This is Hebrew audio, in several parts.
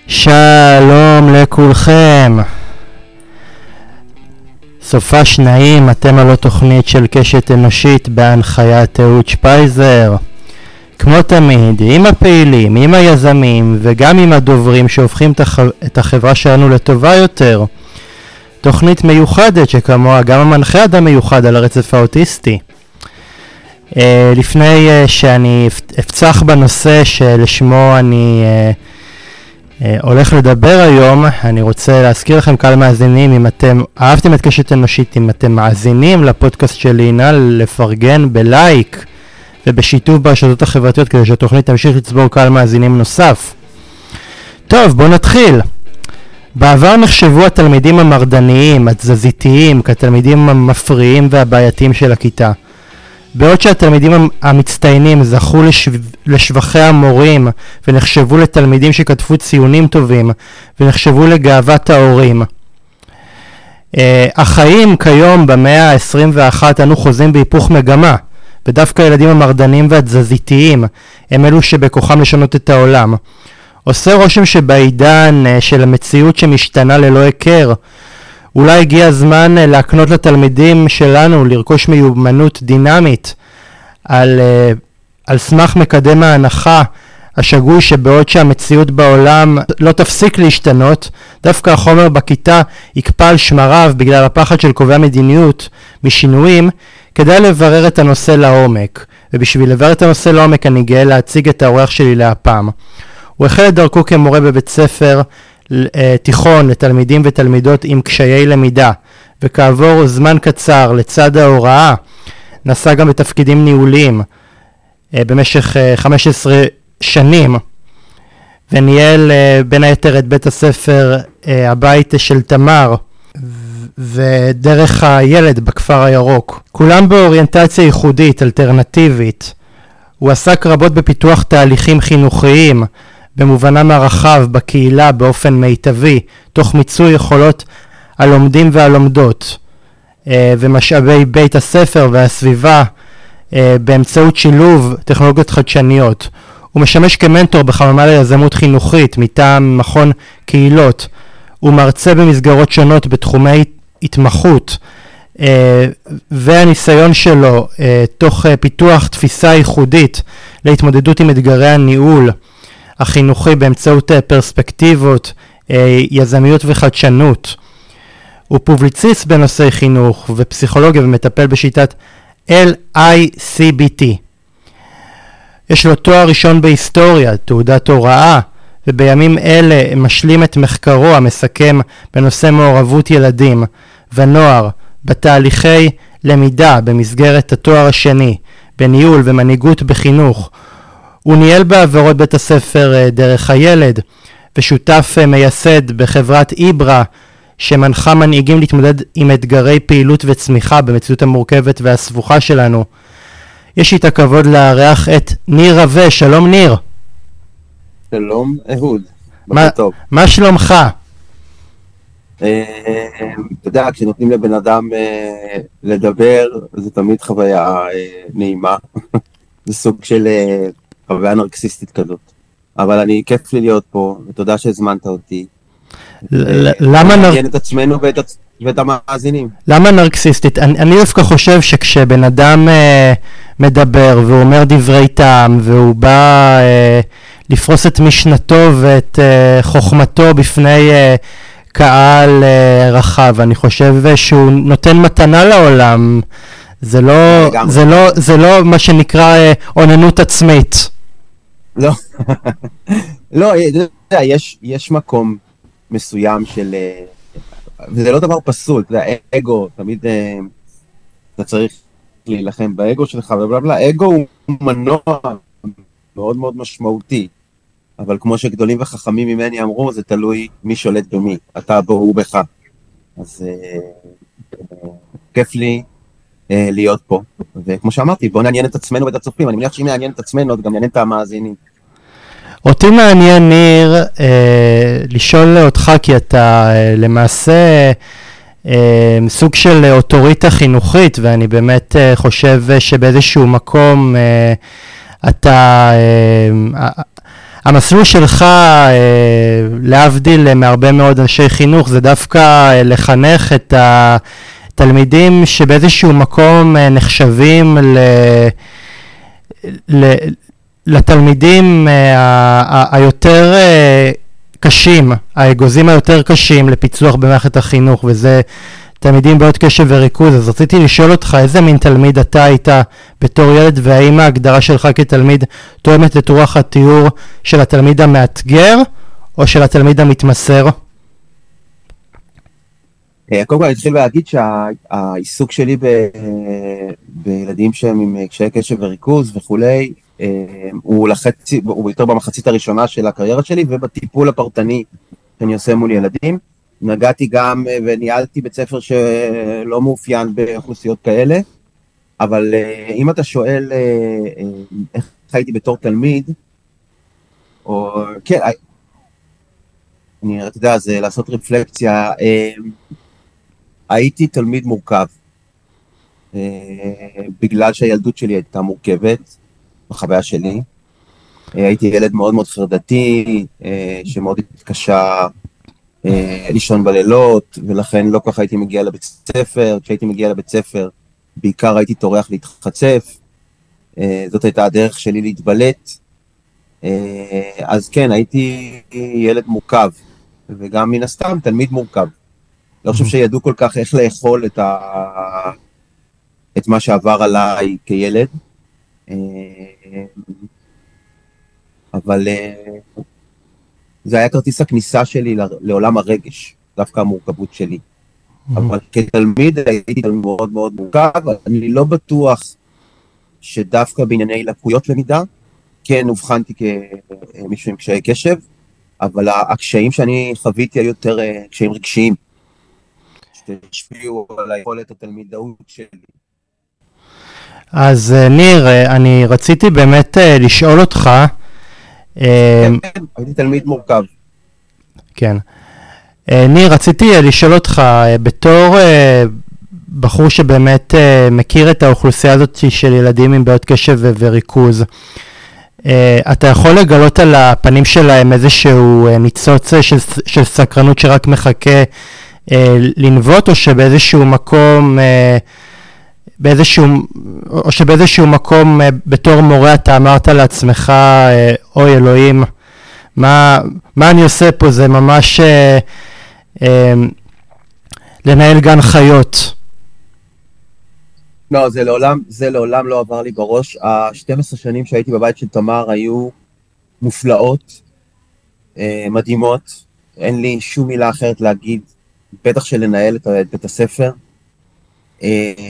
שלום לכולכם. סופה שניים, אתם על התוכנית של קשת אנושית בהנחיית אהוד שפייזר. כמו תמיד, עם הפעילים, עם היזמים וגם עם הדוברים שהופכים את החברה שלנו לטובה יותר. תוכנית מיוחדת שכמוה גם המנחה אדם מיוחד על הרצף האוטיסטי. לפני שאני אפצח בנושא שלשמו אני הולך לדבר היום, אני רוצה להזכיר לכם קהל מאזינים, אם אתם אהבתם את קשת אנושית, אם אתם מאזינים לפודקאסט שלי, נא לפרגן בלייק ובשיתוף ברשתות החברתיות כדי שהתוכנית תמשיך לצבור קהל מאזינים נוסף. טוב, בואו נתחיל. בעבר נחשבו התלמידים המרדניים, התזזיתיים, כתלמידים המפריעים והבעייתיים של הכיתה. בעוד שהתלמידים המצטיינים זכו לשבחי המורים ונחשבו לתלמידים שכתבו ציונים טובים ונחשבו לגאוות ההורים. החיים כיום במאה ה-21 אנו חוזים בהיפוך מגמה, ודווקא הילדים המרדניים והתזזיתיים הם אלו שבכוחם לשנות את העולם. עושה רושם שבעידן של המציאות שמשתנה ללא הכר, אולי הגיע הזמן להקנות לתלמידים שלנו לרכוש מיומנות דינמית על סמך מקדם ההנחה השגוי שבעוד שהמציאות בעולם לא תפסיק להשתנות, דווקא החומר בכיתה יקפא על שמריו בגלל הפחד של קובעי המדיניות משינויים. כדאי לברר את הנושא לעומק, ובשביל לברר את הנושא לעומק אני גאה להציג את האורח שלי להפעם. הוא החל את דרכו כמורה בבית ספר תיכון לתלמידים ותלמידות עם קשיי למידה, וכעבור זמן קצר לצד ההוראה נשא גם בתפקידים ניהוליים במשך 15 שנים, וניהל בין היתר את בית הספר הבית של תמר ודרך הילד בכפר הירוק, כולם באוריינטציה ייחודית אלטרנטיבית. הוא עסק רבות בפיתוח תהליכים חינוכיים במובנם הרחב בקהילה באופן מיטבי, תוך מיצוי יכולות הלומדים והלומדות ומשאבי בית הספר והסביבה באמצעות שילוב טכנולוגיות חדשניות. הוא משמש כמנטור בחממה ליזמות חינוכית מטעם מכון קהילות. הוא מרצה במסגרות שונות בתחומי התמחות, והניסיון שלו תוך פיתוח תפיסה ייחודית להתמודדות עם אתגרי הניהול החינוכי באמצעות פרספקטיבות, יזמיות וחדשנות. הוא פובליציסט בנושאי חינוך ופסיכולוגיה ומטפל בשיטת LICBT. יש לו תואר ראשון בהיסטוריה, תעודת הוראה, ובימים אלה משלים את מחקרו המסכם בנושא מעורבות ילדים ונוער בתהליכי למידה במסגרת התואר השני בניהול ומנהיגות בחינוך. הוא ניהל בעברות בית הספר דרך הילד ושותף מייסד בחברת איברה שמנחה מנהיגים להתמודד עם אתגרי פעילות וצמיחה במציאות המורכבת והסבוכה שלנו. יש לי את הכבוד לארח את ניר רווה. שלום ניר. שלום אהוד. מה שלומך? אתה יודע, כשנותנים לבן אדם לדבר זה תמיד חוויה נעימה. זה סוג של חוויה נרקסיסטית כזאת, אבל כיף לי להיות פה, ותודה שהזמנת אותי. למה נעניין את עצמנו ואת המאזינים. למה נרקסיסטית? אני דווקא חושב שכשבן אדם מדבר והוא אומר דברי טעם והוא בא לפרוס את משנתו ואת חוכמתו בפני קהל רחב, אני חושב שהוא נותן מתנה לעולם. זה לא מה שנקרא עוננות עצמית. לא, לא, יש מקום מסוים של, וזה לא דבר פסול, זה האגו, תמיד אתה צריך להילחם באגו שלך, ובלבלה, אגו הוא מנוע מאוד מאוד משמעותי, אבל כמו שגדולים וחכמים ממני אמרו, זה תלוי מי שולט במי, אתה בו הוא בך, אז כיף לי להיות פה, וכמו שאמרתי, בואו נעניין את עצמנו ואת הצופים, אני מניח שאם נעניין את עצמנו, גם נעניין את המאזינים. אותי מעניין ניר לשאול אותך, כי אתה למעשה סוג של אוטוריטה חינוכית, ואני באמת חושב שבאיזשהו מקום המסלול שלך, להבדיל מהרבה מאוד אנשי חינוך, זה דווקא לחנך את התלמידים שבאיזשהו מקום נחשבים לתלמידים היותר קשים, האגוזים היותר קשים לפיצוח במערכת החינוך, וזה תלמידים בעיות קשב וריכוז. אז רציתי לשאול אותך, איזה מין תלמיד אתה היית בתור ילד, והאם ההגדרה שלך כתלמיד תואמת את רוח התיאור של התלמיד המאתגר או של התלמיד המתמסר? קודם כל אני אתחיל להגיד שהעיסוק שלי בילדים שהם עם קשיי קשב וריכוז וכולי, הוא יותר במחצית הראשונה של הקריירה שלי, ובטיפול הפרטני שאני עושה מול ילדים. נגעתי גם וניהלתי בית ספר שלא מאופיין באוכלוסיות כאלה, אבל אם אתה שואל איך הייתי בתור תלמיד, או כן, אתה יודע, זה לעשות רפלקציה, הייתי תלמיד מורכב, בגלל שהילדות שלי הייתה מורכבת, בחוויה שלי. הייתי ילד מאוד מאוד חרדתי, שמאוד התקשה לישון בלילות, ולכן לא כך הייתי מגיע לבית ספר. כשהייתי מגיע לבית ספר, בעיקר הייתי טורח להתחצף, זאת הייתה הדרך שלי להתבלט. אז כן, הייתי ילד מורכב, וגם מן הסתם תלמיד מורכב. לא חושב שידעו כל כך איך לאכול את מה שעבר עליי כילד, אבל זה היה כרטיס הכניסה שלי לעולם הרגש, דווקא המורכבות שלי. אבל כתלמיד הייתי תלמיד מאוד מאוד מורכב, אני לא בטוח שדווקא בענייני לקויות למידה, כן הובחנתי כמישהו עם קשיי קשב, אבל הקשיים שאני חוויתי היו יותר קשיים רגשיים, שהשפיעו על היכולת התלמידאות שלי. אז ניר, אני רציתי באמת לשאול אותך, הייתי תלמיד מורכב. כן. ניר, רציתי לשאול אותך, בתור בחור שבאמת מכיר את האוכלוסייה הזאת של ילדים עם בעיות קשב וריכוז, אתה יכול לגלות על הפנים שלהם איזשהו ניצוץ של סקרנות שרק מחכה לנבוט, או שבאיזשהו מקום, שבאיזשהו מקום בתור מורה אתה אמרת לעצמך, אוי אלוהים, מה אני עושה פה? זה ממש לנהל גן חיות. לא, זה לעולם לא עבר לי בראש. ה-12 שנים שהייתי בבית של תמר היו מופלאות, מדהימות. אין לי שום מילה אחרת להגיד, בטח של לנהל את בית הספר. אתה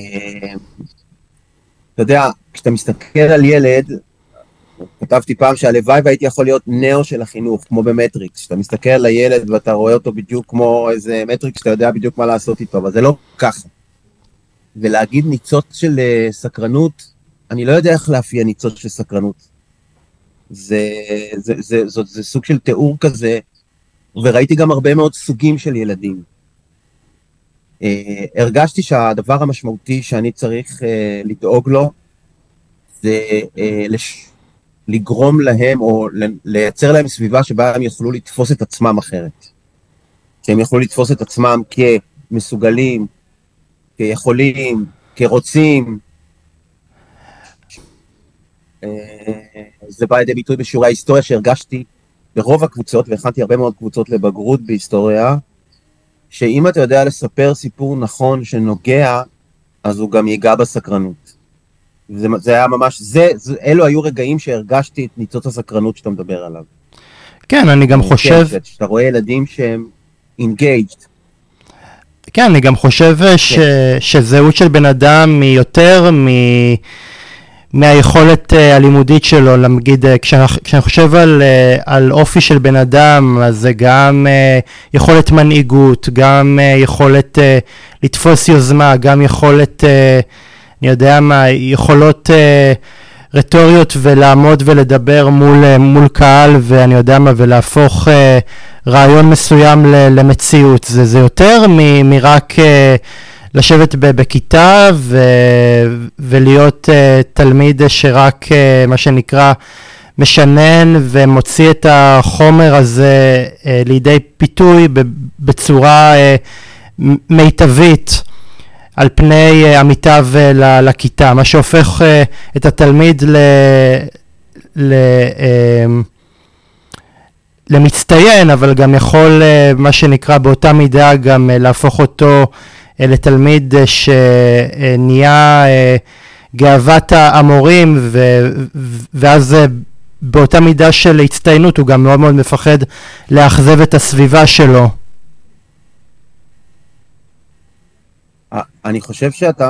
יודע, כשאתה מסתכל על ילד, כתבתי פעם שהלוואי והייתי יכול להיות נאו של החינוך, כמו במטריקס. כשאתה מסתכל על הילד ואתה רואה אותו בדיוק כמו איזה מטריקס, שאתה יודע בדיוק מה לעשות איתו, אבל זה לא ככה. ולהגיד ניצוץ של סקרנות, אני לא יודע איך לאפיין ניצוץ של סקרנות. זה סוג של תיאור כזה, וראיתי גם הרבה מאוד סוגים של ילדים. הרגשתי שהדבר המשמעותי שאני צריך לדאוג לו, זה לגרום להם או לייצר להם סביבה שבה הם יוכלו לתפוס את עצמם אחרת. שהם יוכלו לתפוס את עצמם כמסוגלים, כיכולים, כרוצים. זה בא לידי ביטוי בשיעורי ההיסטוריה שהרגשתי ברוב הקבוצות, והכנתי הרבה מאוד קבוצות לבגרות בהיסטוריה, שאם אתה יודע לספר סיפור נכון שנוגע, אז הוא גם ייגע בסקרנות. זה היה ממש, אלו היו רגעים שהרגשתי את ניצוץ הסקרנות שאתה מדבר עליו. כן, אני גם חושב... שאתה רואה ילדים שהם engaged. כן, אני גם חושב שזהות של בן אדם היא יותר מהיכולת הלימודית שלו. נגיד, כשאני חושב על אופי של בן אדם, אז זה גם יכולת מנהיגות, גם יכולת לתפוס יוזמה, גם יכולת, אני יודע מה, יכולות רטוריות ולעמוד ולדבר מול קהל, ואני יודע מה, ולהפוך רעיון מסוים למציאות. זה יותר מרק לשבת בכיתה ולהיות תלמיד שרק מה שנקרא משנן ומוציא את החומר הזה לידי פיתוי בצורה מיטבית על פני עמיתיו לכיתה, מה שהופך את התלמיד למצטיין, אבל גם יכול מה שנקרא באותה מידה גם להפוך אותו לתלמיד שנהיה גאוות המורים, ואז באותה מידה של הצטיינות הוא גם מאוד מאוד מפחד לאכזב את הסביבה שלו. אני חושב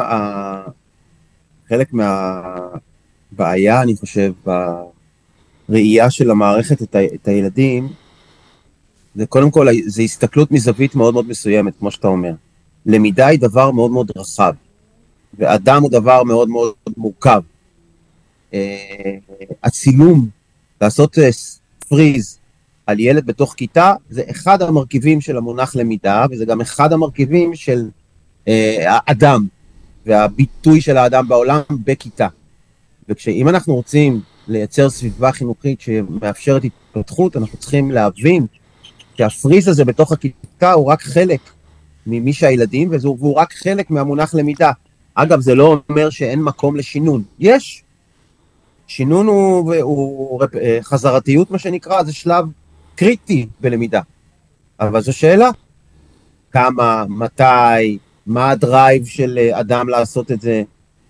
חלק מהבעיה, אני חושב, בראייה של המערכת את הילדים, זה קודם כל, זה הסתכלות מזווית מאוד מאוד מסוימת, כמו שאתה אומר. למידה היא דבר מאוד מאוד רחב, ואדם הוא דבר מאוד מאוד מורכב. הצילום, לעשות פריז על ילד בתוך כיתה, זה אחד המרכיבים של המונח למידה, וזה גם אחד המרכיבים של האדם, והביטוי של האדם בעולם בכיתה. וכשאם אנחנו רוצים לייצר סביבה חינוכית שמאפשרת התפתחות, אנחנו צריכים להבין שהפריז הזה בתוך הכיתה הוא רק חלק ממי שהילדים, והוא רק חלק מהמונח למידה. אגב, זה לא אומר שאין מקום לשינון. יש. שינון הוא חזרתיות, מה שנקרא, זה שלב קריטי בלמידה. אבל זו שאלה. כמה, מתי, מה הדרייב של אדם לעשות את זה?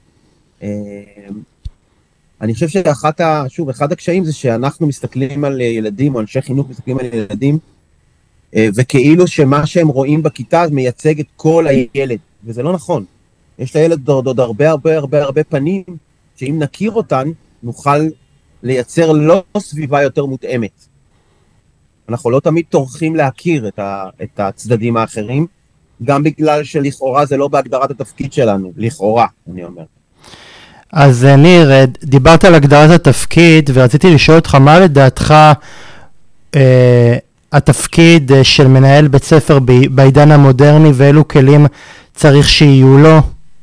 אני חושב אחד הקשיים זה שאנחנו מסתכלים על ילדים, או אנשי חינוך מסתכלים על ילדים, וכאילו שמה שהם רואים בכיתה מייצג את כל הילד, וזה לא נכון. יש לילד עוד הרבה פנים, שאם נכיר אותן, נוכל לייצר לא סביבה יותר מותאמת. אנחנו לא תמיד טורחים להכיר את הצדדים האחרים, גם בגלל שלכאורה זה לא בהגדרת התפקיד שלנו, לכאורה, אני אומר. אז ניר, דיברת על הגדרת התפקיד, ורציתי לשאול אותך, מה לדעתך התפקיד של מנהל בית ספר בעידן המודרני, ואילו כלים צריך שיהיו לו?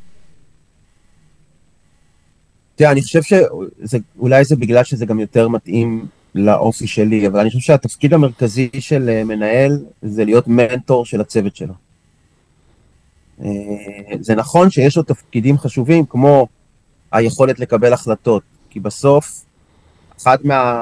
תראה, אני חושב שאולי זה בגלל שזה גם יותר מתאים לאופי שלי, אבל אני חושב שהתפקיד המרכזי של מנהל זה להיות מנטור של הצוות שלו. זה נכון שיש לו תפקידים חשובים, כמו היכולת לקבל החלטות, כי בסוף, אחד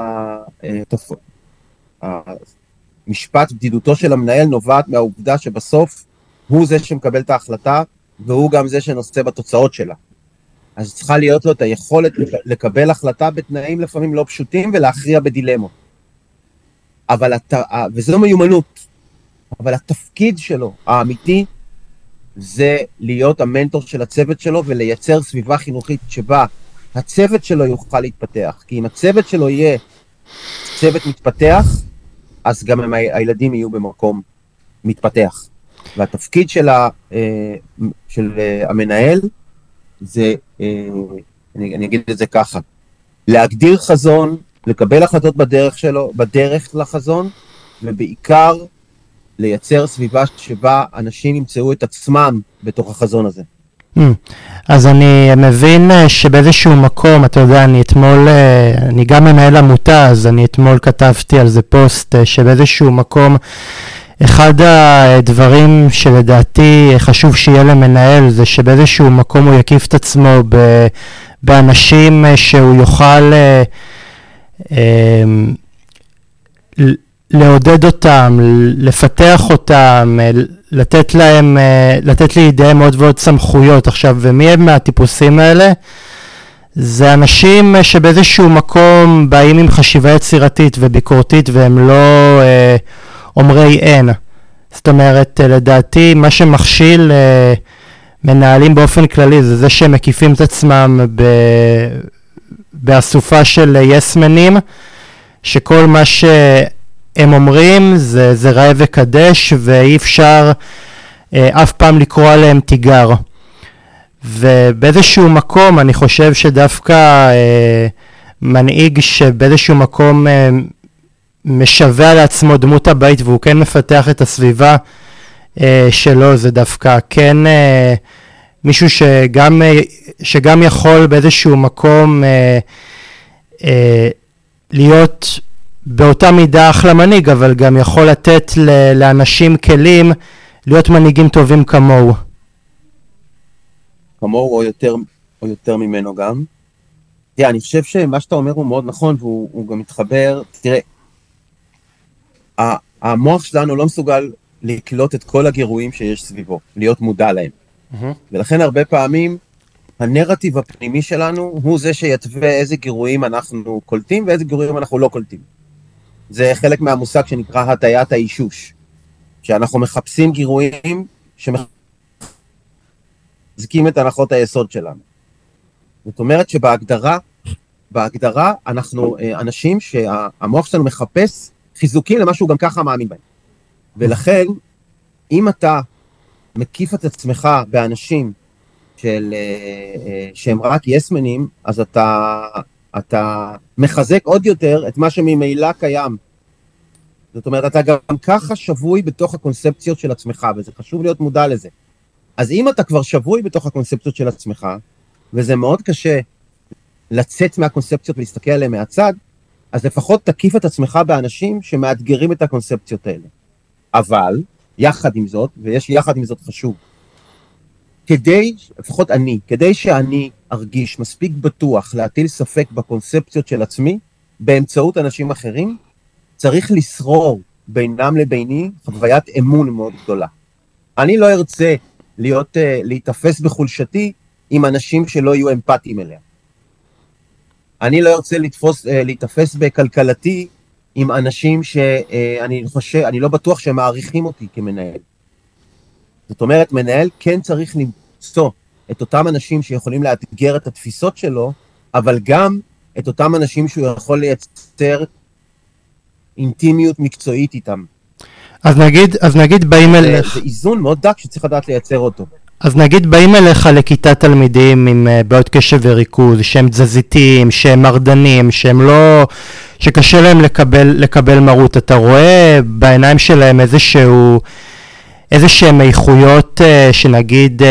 משפט בדידותו של המנהל נובעת מהעובדה שבסוף הוא זה שמקבל את ההחלטה, והוא גם זה שנושא בתוצאות שלה. אז צריכה להיות לו את היכולת לקבל החלטה בתנאים לפעמים לא פשוטים, ולהכריע בדילמות. וזו מיומנות, אבל התפקיד שלו, האמיתי, זה להיות המנטור של הצוות שלו, ולייצר סביבה חינוכית שבה הצוות שלו יוכל להתפתח. כי אם הצוות שלו יהיה צוות מתפתח, אז גם הילדים יהיו במקום מתפתח. והתפקיד של המנהל, זה, אני אגיד את זה ככה, להגדיר חזון, לקבל החלטות בדרך לחזון, ובעיקר לייצר סביבה שבה אנשים ימצאו את עצמם בתוך החזון הזה. אז אני מבין שבאיזשהו מקום, אתה יודע, אני גם מנהל עמותה, אז אני אתמול כתבתי על זה פוסט, שבאיזשהו מקום, אחד הדברים שלדעתי חשוב שיהיה למנהל, זה שבאיזשהו מקום הוא יקיף את עצמו באנשים שהוא יוכל לעודד אותם, לפתח אותם, לתת לידיהם עוד ועוד סמכויות. עכשיו, ומי הם מהטיפוסים האלה? זה אנשים שבאיזשהו מקום באים עם חשיבה יצירתית וביקורתית, והם לא אומרי אין. זאת אומרת, לדעתי, מה שמכשיל מנהלים באופן כללי, זה שהם מקיפים את עצמם באסופה של יסמנים, שכל מה הם אומרים זה ראה וקדש, ואי אפשר אף פעם לקרוא עליהם תיגר. ובאיזשהו מקום אני חושב שדווקא מנהיג שבאיזשהו מקום משווה לעצמו דמות הבית, והוא כן מפתח את הסביבה שלו, זה דווקא כן מישהו שגם יכול באיזשהו מקום להיות באותה מידה אחלה מנהיג, אבל גם יכול לתת לאנשים כלים להיות מנהיגים טובים כמוהו. כמוהו או יותר ממנו גם. תראה, אני חושב שמה שאתה אומר הוא מאוד נכון, והוא גם מתחבר. תראה, המוח שלנו לא מסוגל לקלוט את כל הגירויים שיש סביבו, להיות מודע להם. ולכן הרבה פעמים הנרטיב הפנימי שלנו הוא זה שיתווה איזה גירויים אנחנו קולטים ואיזה גירויים אנחנו לא קולטים. זה חלק מהמושג שנקרא הטיית האישוש, שאנחנו מחפשים גירויים שמחזיקים את הנחות היסוד שלנו. זאת אומרת בהגדרה אנחנו אנשים שהמוח שלנו מחפש חיזוקים למה שהוא גם ככה מאמין בהם. ולכן, אם אתה מקיף את עצמך באנשים שהם רק יסמנים, אז אתה מחזק עוד יותר את מה שממילא קיים. זאת אומרת, אתה גם ככה שבוי בתוך הקונספציות של עצמך, וזה חשוב להיות מודע לזה. אז אם אתה כבר שבוי בתוך הקונספציות של עצמך, וזה מאוד קשה לצאת מהקונספציות ולהסתכל עליהן מהצד, אז לפחות תקיף את עצמך באנשים שמאתגרים את הקונספציות האלה. אבל, יחד עם זאת, ויש יחד עם זאת חשוב, כדי שאני ארגיש מספיק בטוח להטיל ספק בקונספציות של עצמי, באמצעות אנשים אחרים, צריך לשרור בינם לביני חוויית אמון מאוד גדולה. אני לא ארצה להתאפס בחולשתי עם אנשים שלא יהיו אמפתיים אליה. אני לא ארצה להתאפס בכלכלתי עם אנשים אני לא בטוח שהם מעריכים אותי כמנהל. זאת אומרת, מנהל כן צריך למצוא את אותם אנשים שיכולים לאתגר את התפיסות שלו, אבל גם את אותם אנשים שהוא יכול לייצר אינטימיות מקצועית איתם. אז נגיד באים אליך... זה איזון מאוד דק שצריך לדעת לייצר אותו. אז נגיד באים אליך לכיתת תלמידים עם בעיות קשב וריכוז, שהם תזזיתיים, שהם מרדנים, שקשה להם לקבל מרות. אתה רואה בעיניים שלהם איזשהם איכויות שנגיד,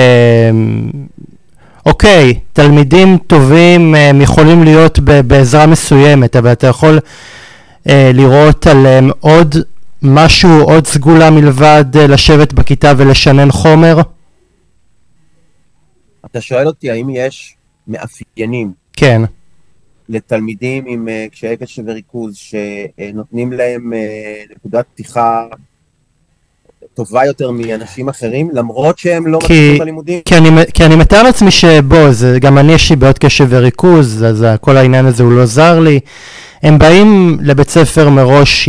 אוקיי, תלמידים טובים יכולים להיות בעזרה מסוימת, אבל אתה יכול לראות עליהם עוד משהו, עוד סגולה מלבד לשבת בכיתה ולשנן חומר? אתה שואל אותי האם יש מאפיינים כן. לתלמידים עם קשיי קשב וריכוז שנותנים להם נקודת פתיחה טובה יותר מאנשים אחרים, למרות שהם לא מצליחים בלימודים? כי אני מתאר לעצמי גם אני יש לי בעיות קשב וריכוז, אז כל העניין הזה הוא לא זר לי. הם באים לבית ספר מראש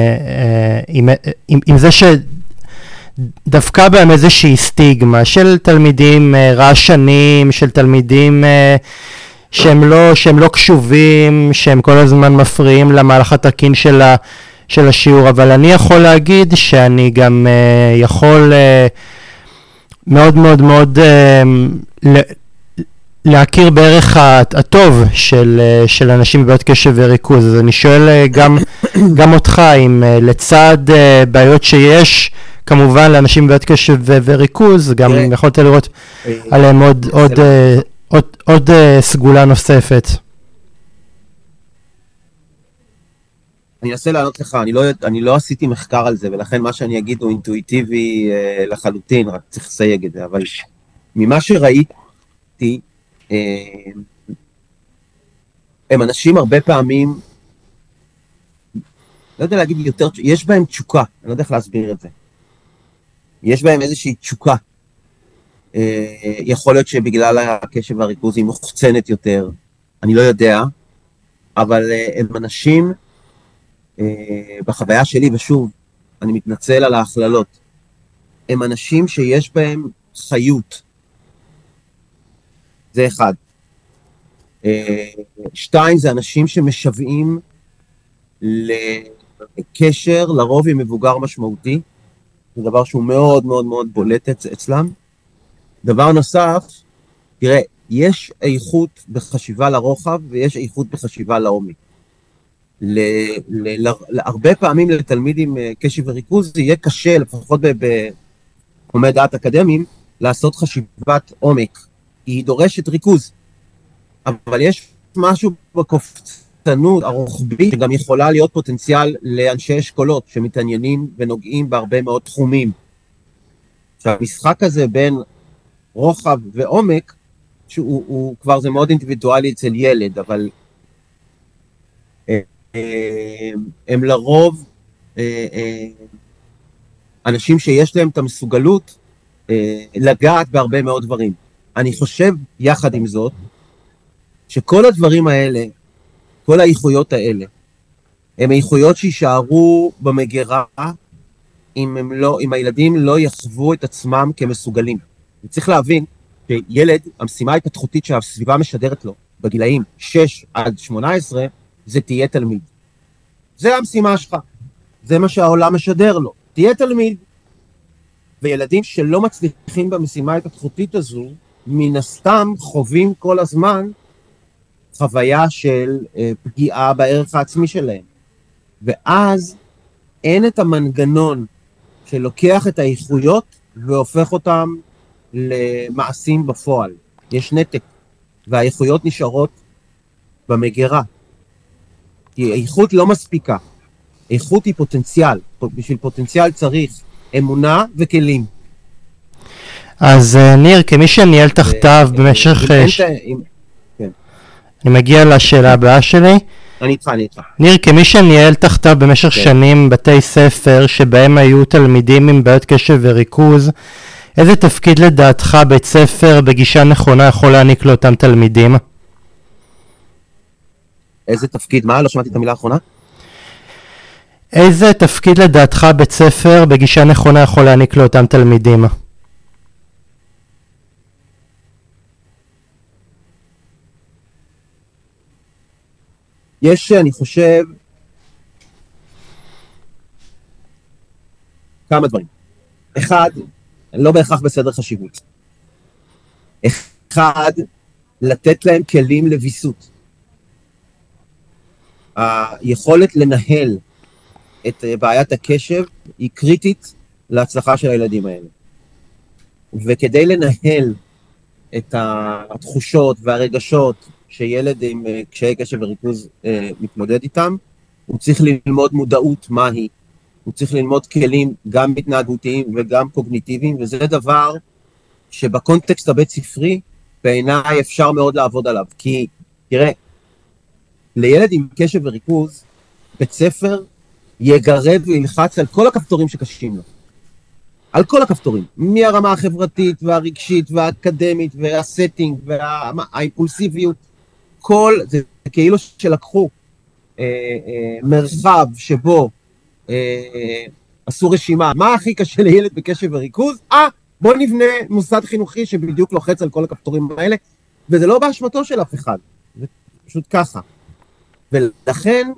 עם זה דווקא בהם איזושהי סטיגמה של תלמידים רעשנים, של תלמידים שהם לא קשובים, שהם כל הזמן מפריעים למהלך התקין של השיעור, אבל אני יכול להגיד שאני גם יכול מאוד מאוד מאוד להכיר בערך הטוב של אנשים בבעיות קשב וריכוז. אז אני שואל גם אותך, אם לצד בעיות שיש כמובן לאנשים בבעיות קשב וריכוז, גם יכולת לראות עליהם עוד סגולה נוספת. אני אנסה לענות לך, אני לא עשיתי מחקר על זה, ולכן מה שאני אגיד הוא אינטואיטיבי לחלוטין, רק צריך לסייג את זה, אבל ממה שראיתי, הם אנשים הרבה פעמים, לא יודע להגיד יותר, יש בהם תשוקה, אני לא יודע איך להסביר את זה. יש בהם איזושהי תשוקה. יכול להיות שבגלל הקשב והריכוז היא מוחצנת יותר, אני לא יודע, אבל הם אנשים, בחוויה שלי, ושוב, אני מתנצל על ההכללות, הם אנשים שיש בהם חיות. זה אחד. שתיים, זה אנשים שמשוועים לקשר, לרוב עם מבוגר משמעותי, זה דבר שהוא מאוד מאוד מאוד בולט אצלם. דבר נוסף, תראה, יש איכות בחשיבה לרוחב, ויש איכות בחשיבה לעומק. הרבה פעמים לתלמיד עם קשב וריכוז, זה יהיה קשה, לפחות בתחומי דעת אקדמיים, לעשות חשיבת עומק. היא דורשת ריכוז. אבל יש משהו בקופצנות החדשנות הרוחבית, שגם יכולה להיות פוטנציאל לאנשי אשכולות, שמתעניינים ונוגעים בהרבה מאוד תחומים. שהמשחק הזה בין רוחב ועומק, שהוא כבר זה מאוד אינדיבידואלי אצל ילד, אבל הם לרוב אנשים שיש להם את המסוגלות לגעת בהרבה מאוד דברים. אני חושב יחד עם זאת, שכל הדברים האלה, כל האיכויות האלה, הם איכויות שישארו במגירה אם הילדים לא יחוו את עצמם כמסוגלים. וצריך להבין שילד, המשימה ההתפתחותית שהסביבה משדרת לו, בגילאים 6 עד 18, זה תהיה תלמיד. זה המשימה שלך. זה מה שהעולם משדר לו. תהיה תלמיד. וילדים שלא מצליחים במשימה ההתפתחותית הזו, מן הסתם חווים כל הזמן חוויה של פגיעה בערך העצמי שלהם. ואז אין את המנגנון שלוקח את האיכויות והופך אותם למעשים בפועל. יש נתק, והאיכויות נשארות במגירה. כי האיכות לא מספיקה. איכות היא פוטנציאל. בשביל פוטנציאל צריך אמונה וכלים. אז ניר, כמי שניהל תחתיו במשך... אני מגיע לשאלה הבאה שלי. אני איתך. ניר, כמי שניהל תחתיו במשך שנים בתי ספר שבהם היו תלמידים עם בעיות קשב וריכוז, איזה תפקיד לדעתך בית ספר בגישה נכונה יכול להעניק לאותם תלמידים? איזה תפקיד? מה? לא שמעתי את המילה האחרונה. איזה תפקיד לדעתך בית ספר בגישה נכונה יכול להעניק לאותם תלמידים? יש, אני חושב, כמה דברים. אחד, לא בהכרח בסדר חשיבות. אחד, לתת להם כלים לביסות. היכולת לנהל את בעיית הקשב היא קריטית להצלחה של הילדים האלה. וכדי לנהל את התחושות והרגשות שילד עם קשיי קשב וריכוז מתמודד איתם, הוא צריך ללמוד מודעות מהי, הוא צריך ללמוד כלים גם התנהגותיים וגם קוגניטיביים, וזה דבר שבקונטקסט הבית ספרי בעיניי אפשר מאוד לעבוד עליו, כי תראה, לילד עם קשב וריכוז, בית ספר יגרד וילחץ על כל הכפתורים שקשים לו. על כל הכפתורים, מהרמה החברתית והרגשית והאקדמית והסטינג והאימפולסיביות, זה כאילו שלקחו מרחב שבו עשו רשימה, מה הכי קשה לילד בקשב וריכוז? בוא נבנה מוסד חינוכי שבדיוק לוחץ על כל הכפתורים האלה, וזה לא באשמתו של אף אחד, זה פשוט ככה. ולכן,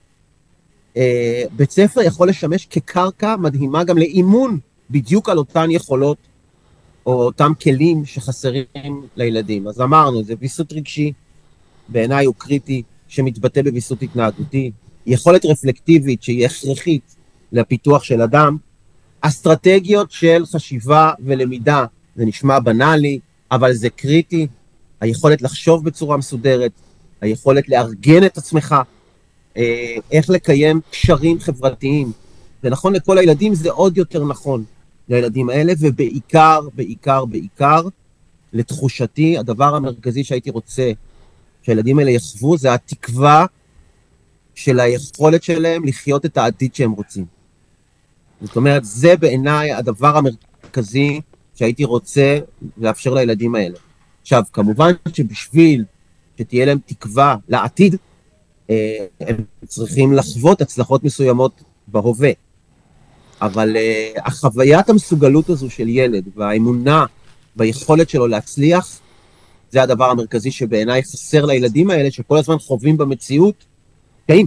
בית ספר יכול לשמש כקרקע מדהימה גם לאימון בדיוק על אותן יכולות, או אותם כלים שחסרים לילדים. אז אמרנו, זה ויסות רגשי, בעיניי הוא קריטי, שמתבטא בוויסות התנהגותי, יכולת רפלקטיבית שהיא הכרחית לפיתוח של אדם, אסטרטגיות של חשיבה ולמידה, זה נשמע בנאלי, אבל זה קריטי, היכולת לחשוב בצורה מסודרת, היכולת לארגן את עצמך, איך לקיים קשרים חברתיים, זה נכון לכל הילדים, זה עוד יותר נכון לילדים האלה, ובעיקר, בעיקר, לתחושתי, הדבר המרכזי שהייתי רוצה שהילדים האלה יחוו, זה התקווה של היכולת שלהם לחיות את העתיד שהם רוצים. זאת אומרת, זה בעיניי הדבר המרכזי שהייתי רוצה לאפשר לילדים האלה. עכשיו, כמובן שבשביל שתהיה להם תקווה לעתיד, הם צריכים לחוות הצלחות מסוימות בהווה. אבל החוויית המסוגלות הזו של ילד והאמונה ביכולת שלו להצליח, זה הדבר המרכזי שבעיניי חסר לילדים האלה, שכל הזמן חווים במציאות קשיים.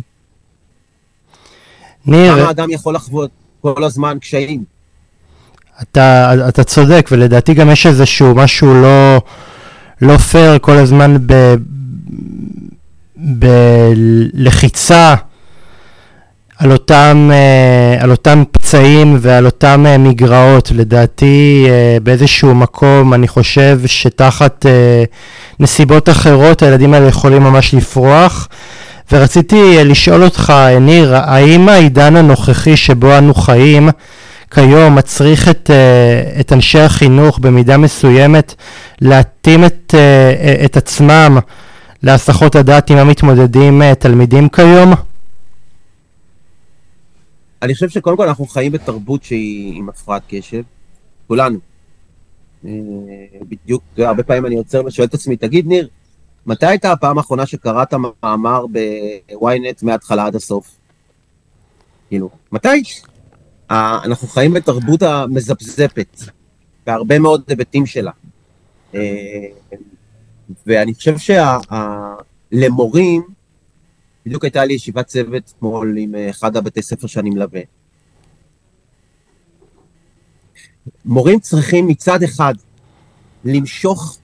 ניר, כמה האדם יכול לחוות כל הזמן קשיים? אתה צודק, ולדעתי גם יש איזשהו משהו לא פייר כל הזמן בלחיצה על אותם פצעים ועל אותם מגרעות. לדעתי באיזשהו מקום אני חושב שתחת נסיבות אחרות הילדים האלה יכולים ממש לפרוח, ורציתי לשאול אותך, ניר, האם העידן הנוכחי שבו אנו חיים כיום מצריך את אנשי החינוך במידה מסוימת להתאים את עצמם להסחות הדעת עם המתמודדים תלמידים כיום? אני חושב שקודם כל אנחנו חיים בתרבות שהיא עם הפרעת קשב, כולנו. בדיוק, הרבה פעמים אני עוצר ושואל את עצמי, תגיד ניר, מתי הייתה הפעם האחרונה שקראת מאמר ב-ynet מההתחלה עד הסוף? כאילו, מתי? אנחנו חיים בתרבות המזפזפת, בהרבה מאוד היבטים שלה. ואני חושב שלמורים, בדיוק הייתה לי ישיבת צוות אתמול עם אחד הבתי ספר שאני מלווה. מורים צריכים מצד אחד למשוך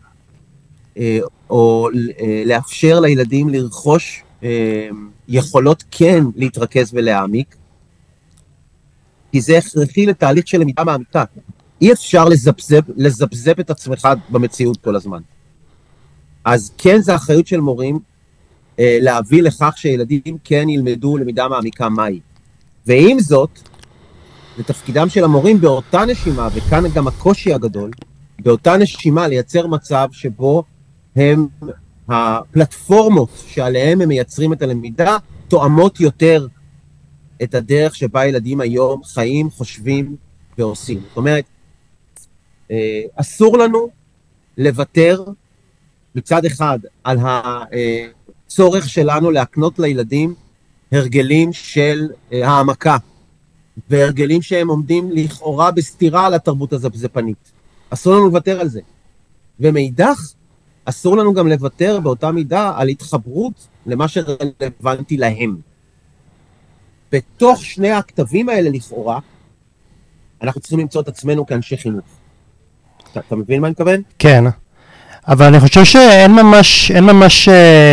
או לאפשר לילדים לרכוש יכולות כן להתרכז ולהעמיק, כי זה הכרחי לתהליך של למידה מעמיקה. אי אפשר לזפזפ את עצמך במציאות כל הזמן. אז כן, זה האחריות של מורים להביא לכך שילדים כן ילמדו למידה מעמיקה מהי. ועם זאת, לתפקידם של המורים באותה נשימה, וכאן גם הקושי הגדול, באותה נשימה לייצר מצב שבו הם, הפלטפורמות שעליהם הם מייצרים את הלמידה, תואמות יותר את הדרך שבה ילדים היום חיים, חושבים ועושים. זאת אומרת, אסור לנו לוותר מצד אחד על הצורך שלנו להקנות לילדים הרגלים של העמקה, והרגלים שהם עומדים לכאורה בסתירה לתרבות הזפזפנית. אסור לנו לוותר על זה. ומאידך, אסור לנו גם לוותר באותה מידה על התחברות למה שרלוונטי להם. בתוך שני הכתבים האלה לכאורה, אנחנו צריכים למצוא את עצמנו כאנשי חינוך. אתה מבין מה אני מתכוון? כן. אבל אני חושב שאין ממש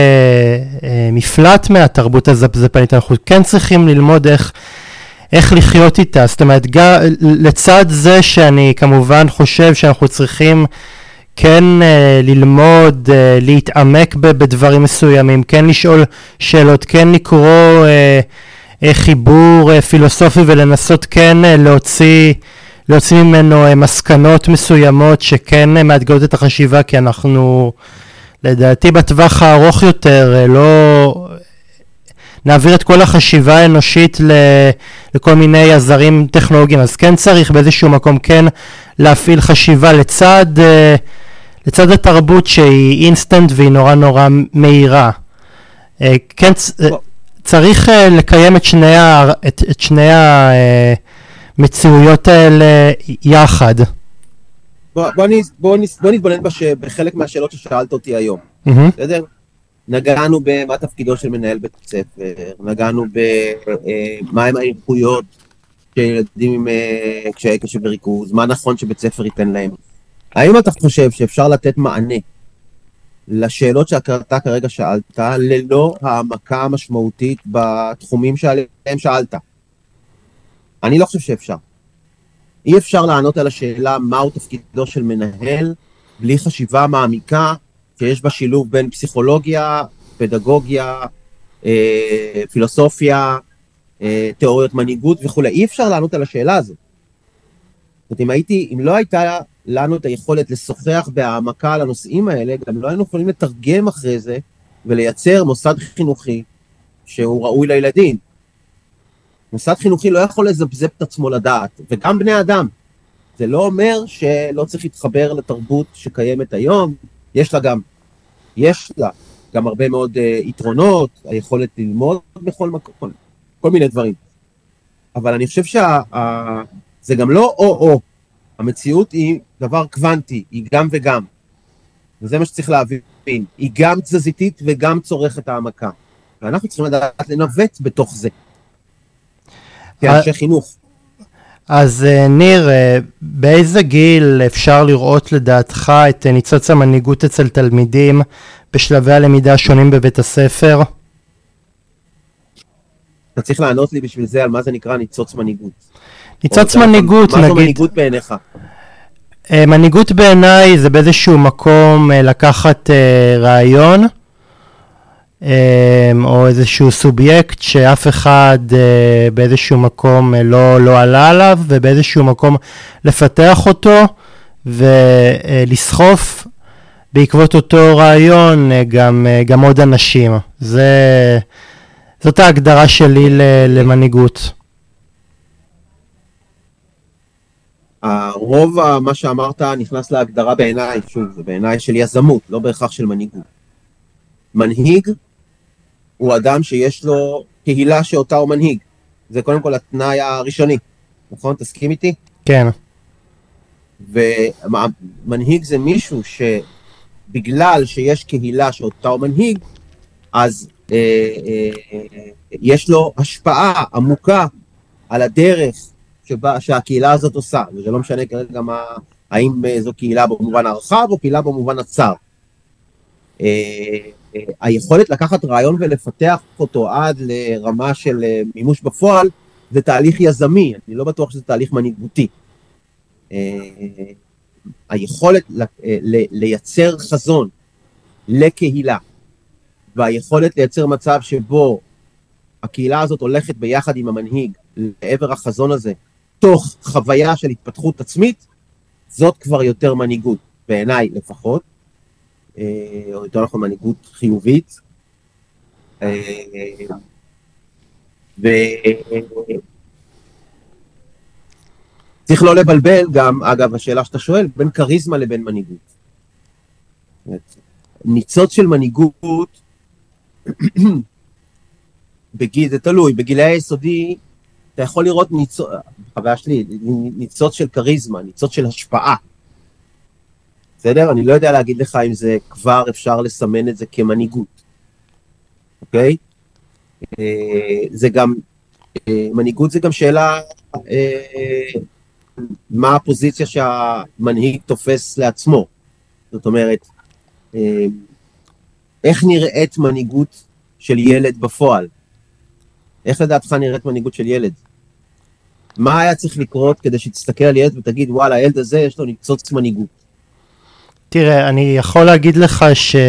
מפלט מהתרבות הזפזפנית. אנחנו כן צריכים ללמוד איך לחיות איתה. זאת אומרת, לצד זה שאני כמובן חושב שאנחנו צריכים כן ללמוד, להתעמק בדברים מסוימים, כן לשאול שאלות, כן לקרוא חיבור פילוסופי ולנסות כן להוציא ממנו מסקנות מסוימות שכן מאתגרות את החשיבה, כי אנחנו לדעתי בטווח הארוך יותר לא נעביר את כל החשיבה האנושית לכל מיני עזרים טכנולוגיים. אז כן צריך באיזשהו מקום כן להפעיל חשיבה לצד התרבות שהיא אינסטנט והיא נורא מהירה. כן צריך לקיים את שני המציאויות האלה יחד. בוא נתבונן בחלק מהשאלות ששאלת אותי היום. בסדר? נגענו במה תפקידו של מנהל בית ספר, נגענו במה הם האיכויות של ילדים עם קשיי קשב וריכוז, מה נכון שבית ספר ייתן להם. האם אתה חושב שאפשר לתת מענה לשאלות שאתה כרגע שאלת, ללא העמקה המשמעותית בתחומים שעליהם שאלת? אני לא חושב שאפשר. אי אפשר לענות על השאלה מהו תפקידו של מנהל, בלי חשיבה מעמיקה, שיש בה שילוב בין פסיכולוגיה, פדגוגיה, פילוסופיה, תיאוריות מנהיגות וכו'. אי אפשר לענות על השאלה הזאת. זאת אומרת, אם לא הייתה לנו את היכולת לשוחח בהעמקה על הנושאים האלה, גם לא היינו יכולים לתרגם אחרי זה, ולייצר מוסד חינוכי שהוא ראוי לילדים. מוסד חינוכי לא יכול לזפזפ את עצמו לדעת, וגם בני אדם. זה לא אומר שלא צריך להתחבר לתרבות שקיימת היום, יש לה גם הרבה מאוד יתרונות, היכולת ללמוד בכל מקום, כל מיני דברים. אבל אני חושב זה גם לא או-או, המציאות היא דבר קוונטי, היא גם וגם. וזה מה שצריך להבין, היא גם תזזיתית וגם צורכת העמקה. ואנחנו צריכים לדעת לנווט בתוך זה. כאנשי חינוך. אז ניר, באיזה גיל אפשר לראות לדעתך את ניצוץ המנהיגות אצל תלמידים בשלבי הלמידה השונים בבית הספר? אתה צריך לענות לי בשביל זה על מה זה נקרא ניצוץ מנהיגות. ניצוץ מנהיגות, נגיד. מה זו מנהיגות בעיניך? מנהיגות בעיניי זה באיזשהו מקום לקחת רעיון, או איזשהו סובייקט שאף אחד באיזשהו מקום לא עלה עליו, ובאיזשהו מקום לפתח אותו ולסחוף בעקבות אותו רעיון גם עוד אנשים. זאת ההגדרה שלי למנהיגות. הרוב מה שאמרת נכנס להגדרה בעיניי, שוב, זה בעיניי של יזמות, לא בהכרח של מנהיגות. מנהיג הוא אדם שיש לו קהילה שאותה הוא מנהיג. זה קודם כל התנאי הראשוני, נכון? תסכים איתי? כן. ומנהיג זה מישהו שבגלל שיש קהילה שאותה הוא מנהיג, אז יש לו השפעה עמוקה על הדרך שהקהילה הזאת עושה, וזה לא משנה כרגע האם זו קהילה במובן הרחב או קהילה במובן הצר. היכולת לקחת רעיון ולפתח אותו עד לרמה של מימוש בפועל, זה תהליך יזמי, אני לא בטוח שזה תהליך מנהיגותי. היכולת לייצר חזון לקהילה, והיכולת לייצר מצב שבו הקהילה הזאת הולכת ביחד עם המנהיג לעבר החזון הזה, תוך חוויה של התפתחות עצמית, זאת כבר יותר מנהיגות, בעיניי לפחות, או יותר נכון מנהיגות חיובית. צריך לא לבלבל גם, אגב, השאלה שאתה שואל, בין קריזמה לבין מנהיגות. ניצוץ של מנהיגות, זה תלוי, בגילי היסודי, אתה יכול לראות חוויה שלי, ניצוץ של קריזמה, ניצוץ של השפעה. בסדר? אני לא יודע להגיד לך אם זה כבר אפשר לסמן את זה כמנהיגות. אוקיי? זה גם, מנהיגות זה גם שאלה, מה הפוזיציה שהמנהיג תופס לעצמו. זאת אומרת, איך נראית מנהיגות של ילד בפועל? איך לדעתך נראית מנהיגות של ילד? מה היה צריך לקרות כדי שתסתכל על ילד ותגיד, וואלה, הילד הזה יש לו ניצוץ מנהיגות? תראה, אני יכול להגיד לך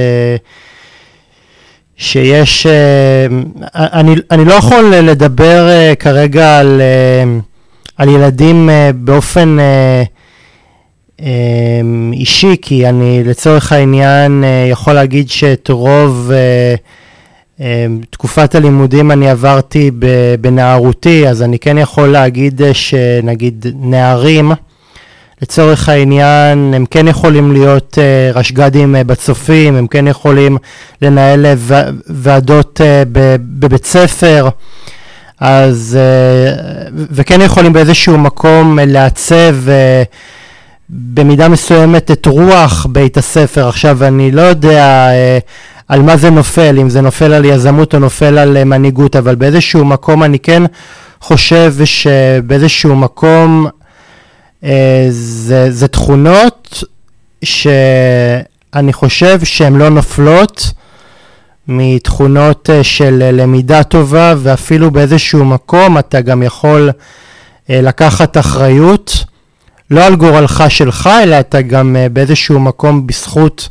שיש, אני לא יכול לדבר כרגע על ילדים באופן אישי, כי אני לצורך העניין יכול להגיד שאת רוב תקופת הלימודים אני עברתי בנערותי, אז אני כן יכול להגיד שנגיד נערים, לצורך העניין, הם כן יכולים להיות רשג"דים בצופים, הם כן יכולים לנהל ועדות בבית ספר, אז, וכן יכולים באיזשהו מקום לעצב במידה מסוימת את רוח בית הספר. עכשיו, אני לא יודע על מה זה נופל, אם זה נופל על יזמות או נופל על מנהיגות, אבל באיזשהו מקום אני כן חושב שבאיזשהו מקום זה תכונות שאני חושב שהן לא נופלות מתכונות של למידה טובה, ואפילו באיזשהו מקום אתה גם יכול לקחת אחריות, לא על גורלך שלך, אלא אתה גם באיזשהו מקום בזכות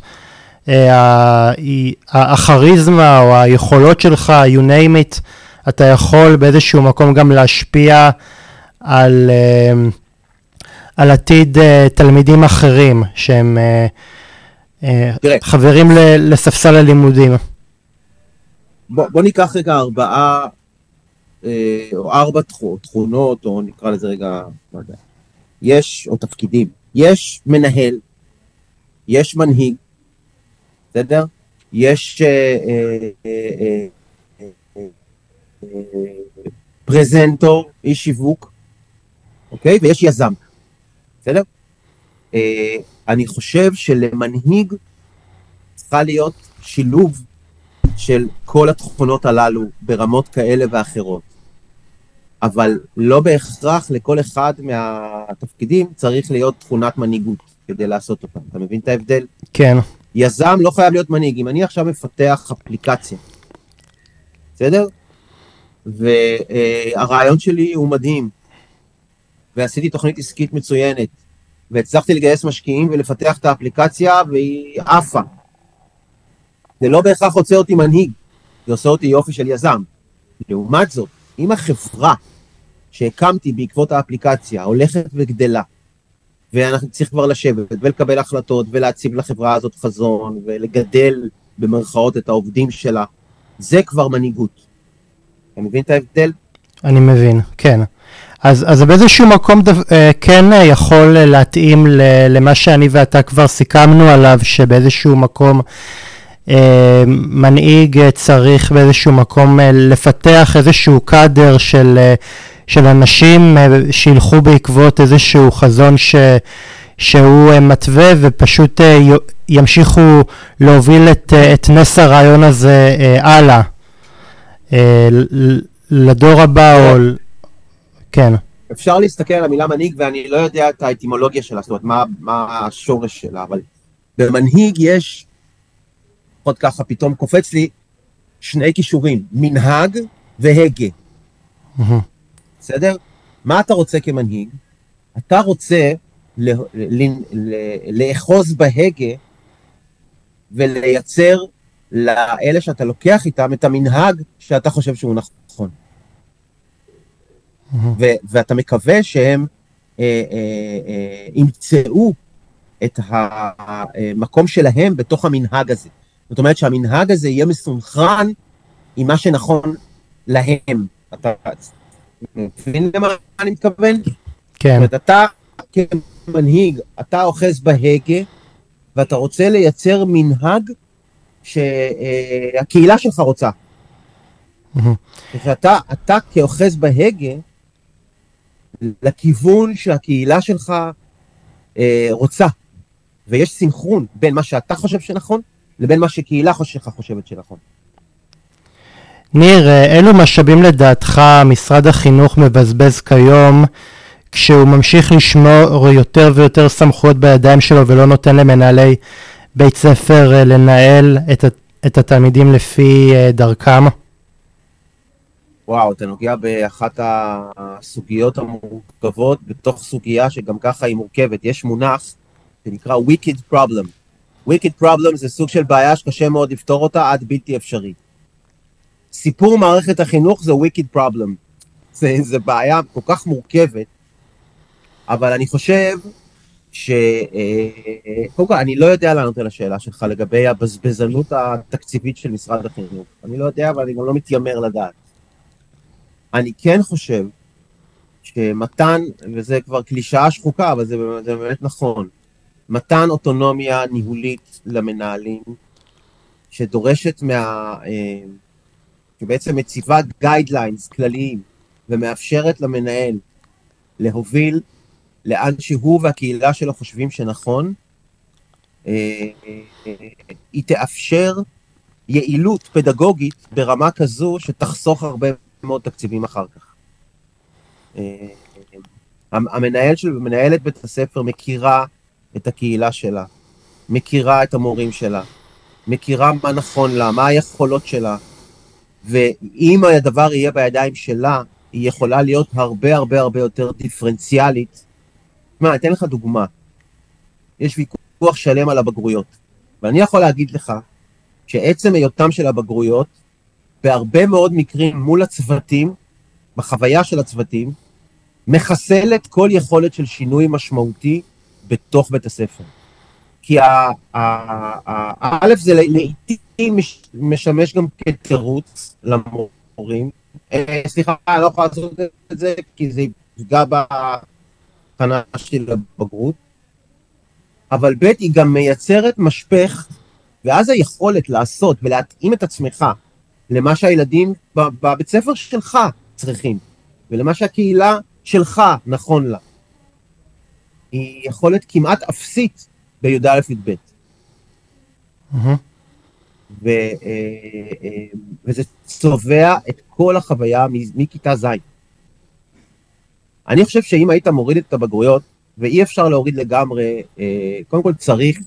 הכריזמה או היכולות שלך, you name it, אתה יכול באיזשהו מקום גם להשפיע על עתיד תלמידים אחרים שהם חברים לספסל הלימודים. בוא ניקח רגע ארבע תכונות, או נקרא לזה רגע, לא יודע, יש, או תפקידים, יש מנהל, יש מנהיג, בסדר? יש פרזנטור, איש שיווק, אוקיי? ויש יזם, בסדר? אני חושב שלמנהיג צריכה להיות שילוב של כל התכונות הללו ברמות כאלה ואחרות. אבל לא בהכרח לכל אחד מהתפקידים צריך להיות תכונת מנהיגות כדי לעשות אותה. אתה מבין את ההבדל? כן. יזם לא חייב להיות מנהיג. אם אני עכשיו מפתח אפליקציה, בסדר? והרעיון שלי הוא מדהים, ועשיתי תוכנית עסקית מצוינת, והצלחתי לגייס משקיעים ולפתח את האפליקציה, והיא עפה. זה לא בהכרח רוצה אותי מנהיג. זה עושה אותי יופי של יזם. לעומת זאת, אם החברה שהקמתי בעקבות האפליקציה הולכת וגדלה, ואנחנו צריך כבר לשבת ולקבל החלטות ולהציב לחברה הזאת חזון ולגדל במרכאות את העובדים שלה, זה כבר מנהיגות. אתה מבין את ההבדל? אני מבין, כן. אז באיזשהו מקום כן יכול להתאים למה שאני ואתה כבר סיכמנו עליו, שבאיזשהו מקום מנהיג צריך באיזשהו מקום לפתח איזשהו קאדר של אנשים שילכו בעקבות איזשהו חזון שהוא מתווה, ופשוט ימשיכו להוביל את נס הרעיון הזה הלאה לדור הבא. או כן. אפשר להסתכל על המילה מנהיג, ואני לא יודע את האטימולוגיה שלה, זאת אומרת, מה השורש שלה, אבל במנהיג יש, עוד ככה פתאום קופץ לי, שני קישורים, מנהג והגה. בסדר? מה אתה רוצה כמנהיג? אתה רוצה לאחוז בהגה, ולייצר לאלה שאתה לוקח איתם את המנהג שאתה חושב שהוא נכון. ואתה מקווה שהם ימצאו את המקום שלהם בתוך המנהג הזה. זאת אומרת שהמנהג הזה יהיה מסונכרן עם מה שנכון להם. אתה מבין למה אני מתכוון? כן. זאת אומרת, אתה כמנהיג, אתה אוחז בהגה, ואתה רוצה לייצר מנהג שהקהילה שלך רוצה. אתה כאוחז בהגה, לכיוון שהקהילה שלך רוצה, ויש סינכרון בין מה שאתה חושב שנכון, לבין מה שקהילה שלך חושבת שנכון. ניר, אילו משאבים לדעתך משרד החינוך מבזבז כיום, כשהוא ממשיך לשמור יותר ויותר סמכויות בידיים שלו, ולא נותן למנהלי בית ספר לנהל את התלמידים לפי דרכם? וואו, אתה נוגע באחת הסוגיות המורכבות, בתוך סוגיה שגם ככה היא מורכבת. יש מונח שנקרא wicked problem. wicked problem זה סוג של בעיה שקשה מאוד לפתור אותה עד בלתי אפשרי. סיפור מערכת החינוך זה wicked problem. זה בעיה כל כך מורכבת, אבל אני חושב קודם כל, אני לא יודע לענות על השאלה שלך לגבי הבזבזנות התקציבית של משרד החינוך. אני לא יודע, אבל אני גם לא מתיימר לדעת. אני כן חושב שמתן, וזה כבר קלישאה שחוקה, אבל זה באמת נכון, מתן אוטונומיה ניהולית למנהלים, שדורשת שבעצם מציבה גיידליינס כלליים, ומאפשרת למנהל להוביל לאן שהוא והקהילה שלו חושבים שנכון, היא תאפשר יעילות פדגוגית ברמה כזו שתחסוך הרבה מאוד תקציבים אחר כך. מנהלת בית הספר מכירה את הקהילה שלה, מכירה את המורים שלה, מכירה מה נכון לה, מה היכולות שלה, ואם הדבר יהיה בידיים שלה, היא יכולה להיות הרבה הרבה הרבה יותר דיפרנציאלית. אני אתן לך דוגמה. יש ויכוח שלם על הבגרויות, ואני יכול להגיד לך שעצם היותם של הבגרויות, בהרבה מאוד מקרים מול הצוותים, בחוויה של הצוותים, מחסלת כל יכולת של שינוי משמעותי בתוך בית הספר. כי א' זה לעיתים משמש גם כתירוץ למורים. סליחה, אני לא יכול לעשות את זה, כי זה יפגע בהכנה של הבגרות. אבל ב' היא גם מייצרת משפך, ואז היכולת לעשות ולהתאים את עצמך למה שהילדים בבית ספר שלך צריכים, ולמה שהקהילה שלך נכון לה. היא יכולת כמעט אפסית בי"א י"ב. וזה צובע את כל החוויה מכיתה ז'. אני חושב שאם היית מוריד את הבגרויות, ואי אפשר להוריד לגמרי, קודם כל צריך,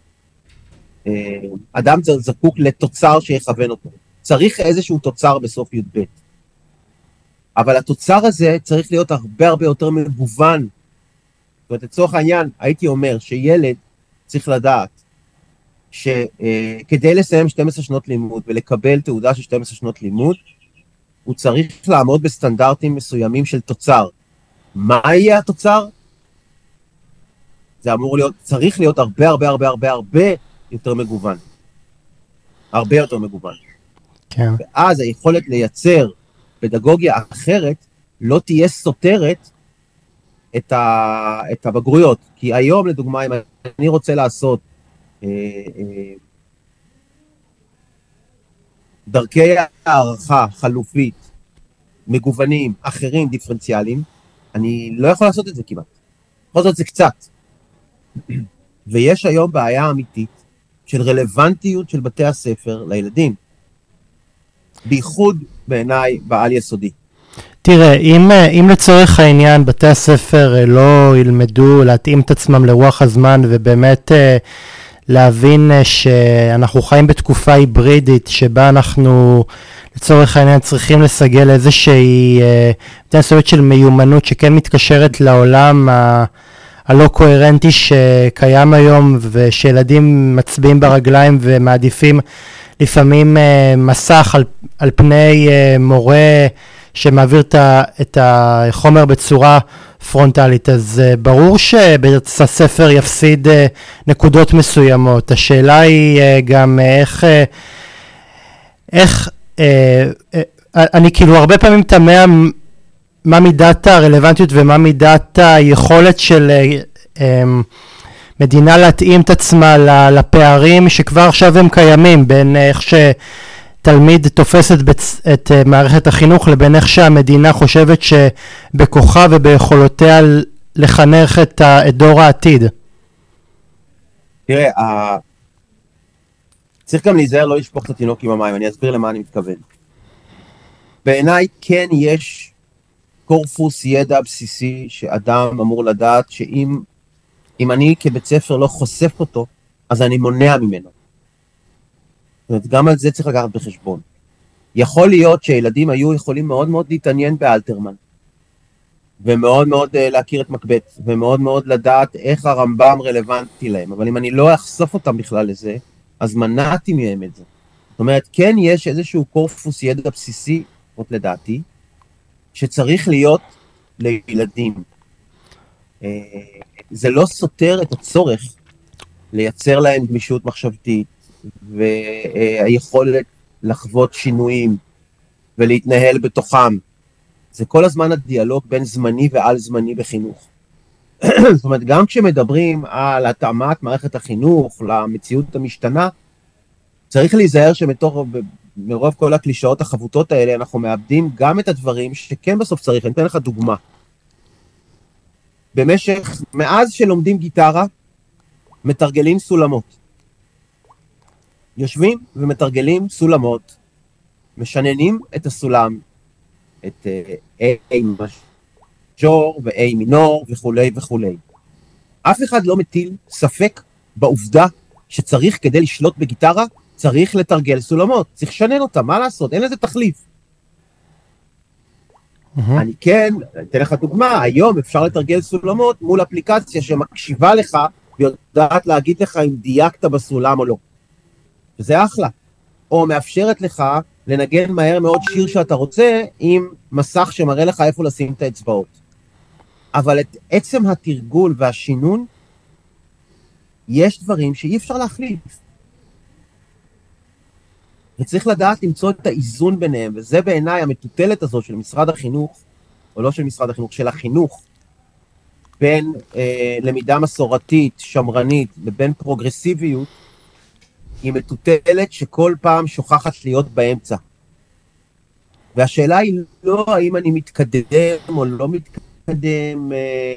אדם זקוק לתוצר שיכוון אותו. צריך איזשהו תוצר בסוף י"ב. אבל התוצר הזה צריך להיות הרבה הרבה יותר מגוון. זאת אומרת, לצורך העניין, הייתי אומר שילד צריך לדעת שכדי לסיים 12 שנות לימוד ולקבל תעודה של 12 שנות לימוד, הוא צריך לעמוד בסטנדרטים מסוימים של תוצר. מה יהיה התוצר? זה אמור להיות, צריך להיות הרבה הרבה הרבה הרבה הרבה יותר מגוון. הרבה יותר מגוון. כן. ואז היכולת לייצר פדגוגיה אחרת לא תהיה סותרת את הבגרויות. כי היום, לדוגמה, אם אני רוצה לעשות דרכי הערכה חלופית, מגוונים, אחרים, דיפרנציאליים, אני לא יכול לעשות את זה כמעט. יכול לעשות את זה קצת. ויש היום בעיה אמיתית של רלוונטיות של בתי הספר לילדים. בייחוד בעיניי בעל יסודי. תראה, אם לצורך העניין בתי הספר לא ילמדו להתאים את עצמם לרוח הזמן ובאמת להבין שאנחנו חיים בתקופה היברידית שבה אנחנו לצורך העניין צריכים לסגל איזושהי מסוימת של מיומנות שכן מתקשרת לעולם הלא קוהרנטי שקיים היום, ושילדים מצביעים ברגליים ומעדיפים לפעמים מסך על פני מורה שמעביר את החומר בצורה פרונטלית. אז ברור שבית הספר יפסיד נקודות מסוימות. השאלה היא גם איך אני כאילו הרבה פעמים תמה מה מידת הרלוונטיות ומה מידת היכולת של מדינה להתאים את עצמה לפערים שכבר עכשיו הם קיימים בין איך שתלמיד תופס את מערכת החינוך לבין איך שהמדינה חושבת שבכוחה וביכולותיה לחנך את דור העתיד. תראה, צריך גם להיזהר לא לשפוך את התינוק עם המים, אני אסביר למה אני מתכוון. בעיניי כן יש קורפוס ידע בסיסי שאדם אמור לדעת שאם אני כבית ספר לא חושף אותו, אז אני מונע ממנו. זאת אומרת, גם על זה צריך לקחת בחשבון. יכול להיות שילדים היו יכולים מאוד מאוד להתעניין באלתרמן, ומאוד מאוד להכיר את מקבט, ומאוד מאוד לדעת איך הרמב"ם רלוונטי להם, אבל אם אני לא אחשוף אותם בכלל לזה, אז מנעתי מהם את זה. זאת אומרת, כן יש איזשהו קורפוס ידע בסיסי, לדעתי, שצריך להיות לילדים. זה לא סותר את הצורך לייצר להם גמישות מחשבתית, והיכולת לחוות שינויים, ולהתנהל בתוכם. זה כל הזמן הדיאלוג בין זמני ועל זמני בחינוך. זאת אומרת, גם כשמדברים על התאמת מערכת החינוך למציאות המשתנה, צריך להיזהר מרוב כל הקלישאות החבוטות האלה, אנחנו מאבדים גם את הדברים שכן בסוף צריך. אני אתן לך דוגמה. מאז שלומדים גיטרה, מתרגלים סולמות. יושבים ומתרגלים סולמות, משננים את הסולם, את A מז'ור ו-A מינור וכו' וכו'. אף אחד לא מטיל ספק בעובדה שצריך כדי לשלוט בגיטרה, צריך לתרגל סולמות, צריך לשנן אותה, מה לעשות? אין לזה תחליף. אני כן, אתן לך דוגמה, היום אפשר לתרגל סולמות מול אפליקציה שמקשיבה לך ויודעת להגיד לך אם דייקת בסולם או לא. וזה אחלה. או מאפשרת לך לנגן מהר מאוד שיר שאתה רוצה עם מסך שמראה לך איפה לשים את האצבעות. אבל את עצם התרגול והשינון, יש דברים שאי אפשר להחליף. וצריך לדעת למצוא את האיזון ביניהם, וזה בעיניי המטוטלת הזו של משרד החינוך, או לא של משרד החינוך, של החינוך, בין למידה מסורתית, שמרנית, לבין פרוגרסיביות, היא מטוטלת שכל פעם שוכחת להיות באמצע. והשאלה היא לא האם אני מתקדם או לא מתקדם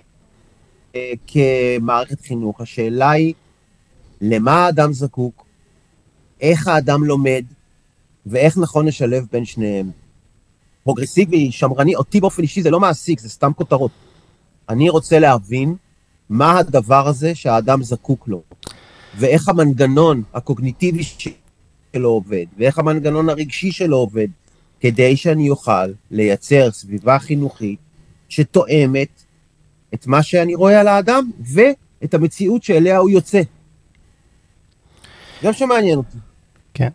כמערכת חינוך, השאלה היא למה האדם זקוק, איך האדם לומד, ואיך נכון לשלב בין שניהם. פרוגרסיבי, שמרני, אותי באופן אישי זה לא מעסיק, זה סתם כותרות. אני רוצה להבין מה הדבר הזה שהאדם זקוק לו, ואיך המנגנון הקוגניטיבי שלו עובד, ואיך המנגנון הרגשי שלו עובד, כדי שאני אוכל לייצר סביבה חינוכית שתואמת את מה שאני רואה על האדם, ואת המציאות שאליה הוא יוצא. גם שמעניין אותי. כן.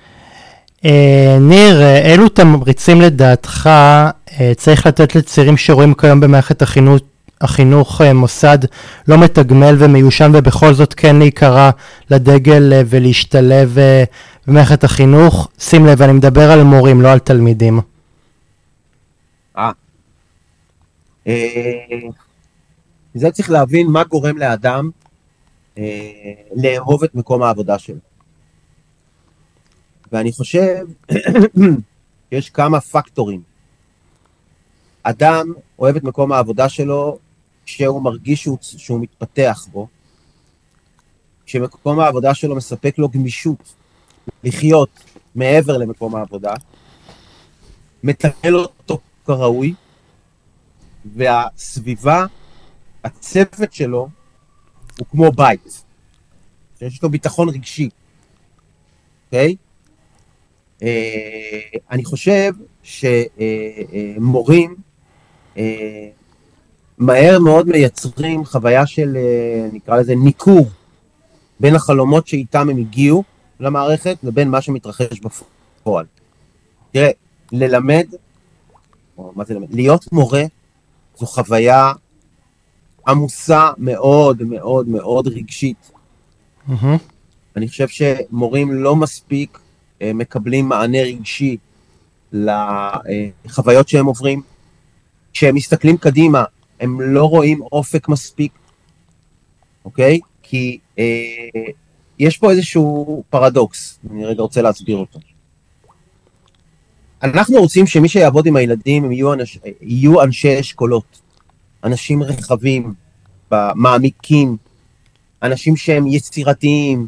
ניר, אילו תמריצים לדעתך צריך לתת לצעירים שרואים כיום במערכת החינוך מוסד לא מתגמל ומיושן ובכל זאת כן להיקרא לדגל ולהשתלב במערכת החינוך? שים לב, אני מדבר על מורים, לא על תלמידים. זה צריך להבין מה גורם לאדם לאהוב את מקום העבודה שלו. ואני חושב שיש כמה פקטורים. אדם אוהב את מקום העבודה שלו כשהוא מרגיש שהוא מתפתח בו, כשמקום העבודה שלו מספק לו גמישות לחיות מעבר למקום העבודה, מטפל אותו כראוי, והסביבה, הצוות שלו, הוא כמו בית, שיש לו ביטחון רגשי, אוקיי? אני חושב שמורים מהר מאוד מייצרים חוויה של, נקרא לזה, ניכור בין החלומות שאיתם הם הגיעו למערכת לבין מה שמתרחש בפועל. תראה, להיות מורה זו חוויה עמוסה מאוד מאוד מאוד רגשית. אני חושב שמורים לא מספיק מקבלים מענה רגשי לחוויות שהם עוברים. כשהם מסתכלים קדימה, הם לא רואים אופק מספיק, אוקיי? כי יש פה איזשהו פרדוקס, אני רגע רוצה להסביר אותו. אנחנו רוצים שמי שיעבוד עם הילדים הם יהיו אנשי אשכולות, אנשים רחבים, מעמיקים, אנשים שהם יצירתיים,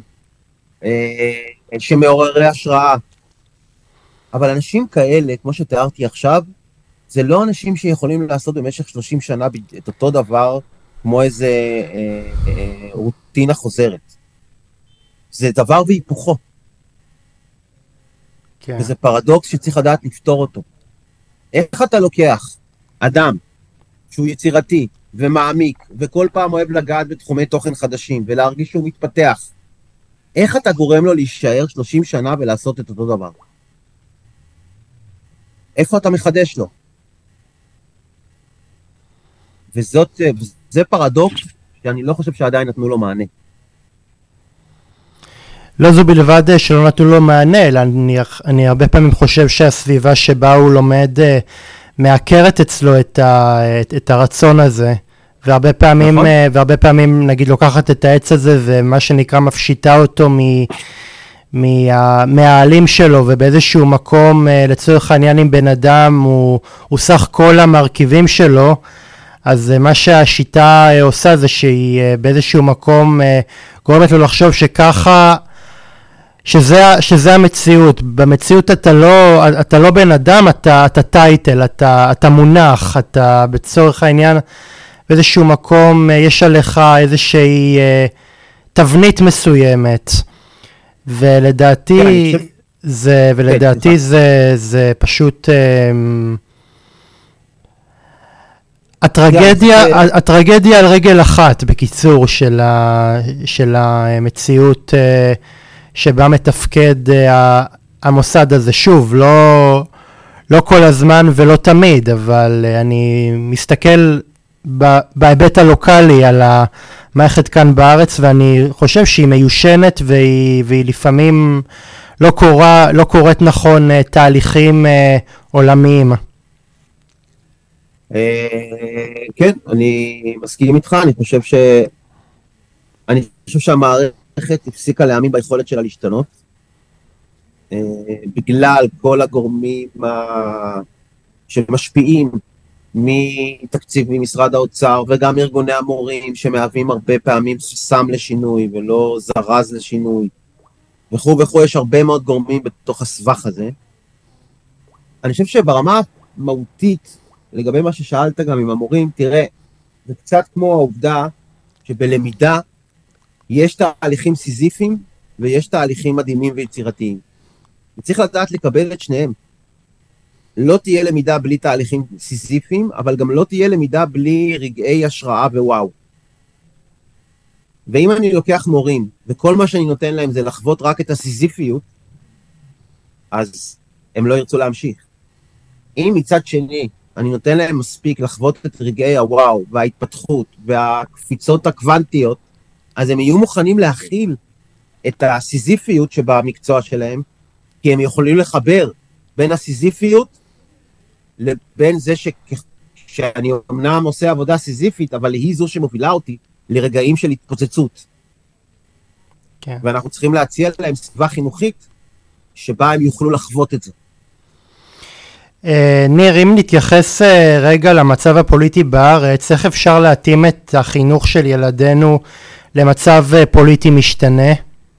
שמעוררי השראה. אבל אנשים כאלה, כמו שתיארתי עכשיו, זה לא אנשים שיכולים לעשות במשך 30 שנה את אותו דבר, כמו איזה רוטינה חוזרת. זה דבר והיפוכו. כן. וזה פרדוקס שצריך לדעת לפתור אותו. איך אתה לוקח אדם שהוא יצירתי ומעמיק, וכל פעם אוהב לגעת בתחומי תוכן חדשים, ולהרגיש שהוא מתפתח, איך אתה גורם לו להישאר 30 שנה ולעשות את אותו דבר? איפה אתה מחדש לו? וזה פרדוקס שאני לא חושב שעדיין נתנו לו מענה. לא זו בלבד שלא נתנו לו מענה, אלא אני הרבה פעמים חושב שהסביבה שבה הוא לומד מעקרת אצלו את הרצון הזה, והרבה פעמים נגיד לוקחת את העץ הזה ומה שנקרא מפשיטה אותו מהעלים שלו, ובאיזשהו מקום לצורך העניין עם בן אדם הוא סך כל המרכיבים שלו, אז מה שהשיטה עושה זה שהיא באיזשהו מקום גורמת לו לחשוב שככה, שזה המציאות. במציאות אתה לא בן אדם, אתה טייטל, אתה מונח, אתה בצורך העניין באיזשהו מקום יש עליך איזושהי תבנית מסוימת. ולדעתי זה פשוט הטרגדיה על רגל אחת בקיצור של המציאות שבה מתפקד המוסד הזה. שוב, לא כל הזמן ולא תמיד, אבל אני מסתכל בהיבט הלוקלי על המערכת כאן בארץ, ואני חושב שהיא מיושנת והיא לפעמים לא קוראת נכון תהליכים עולמיים. כן, אני מסכים איתך. אני חושב שהמערכת הפסיקה להאמין ביכולת שלה להשתנות, בגלל כל הגורמים שמשפיעים מתקציב ממשרד האוצר, וגם ארגוני המורים שמהווים הרבה פעמים סם לשינוי ולא זרז לשינוי, וכו'. יש הרבה מאוד גורמים בתוך הסבך הזה. אני חושב שברמה מהותית, לגבי מה ששאלת גם עם המורים, תראה, זה קצת כמו העובדה שבלמידה יש תהליכים סיזיפיים ויש תהליכים מדהימים ויצירתיים. וצריך לדעת לקבל את שניהם. לא תהיה למידה בלי תהליכים סיזיפיים, אבל גם לא תהיה למידה בלי רגעי השראה ווואו. ואם אני לוקח מורים, וכל מה שאני נותן להם זה לחוות רק את הסיזיפיות, אז הם לא ירצו להמשיך. אם מצד שני, אני נותן להם מספיק לחוות את רגעי הוואו, וההתפתחות, והקפיצות הקוונטיות, אז הם יהיו מוכנים להכיל את הסיזיפיות שבמקצוע שלהם, כי הם יכולים לחבר בין הסיזיפיות, לבין זה שאני אמנם עושה עבודה סיזיפית, אבל היא זו שמובילה אותי לרגעים של התפוצצות. כן. ואנחנו צריכים להציע להם סביבה חינוכית, שבה הם יוכלו לחוות את זה. ניר, אם נתייחס רגע למצב הפוליטי בארץ, איך אפשר להתאים את החינוך של ילדינו למצב פוליטי משתנה?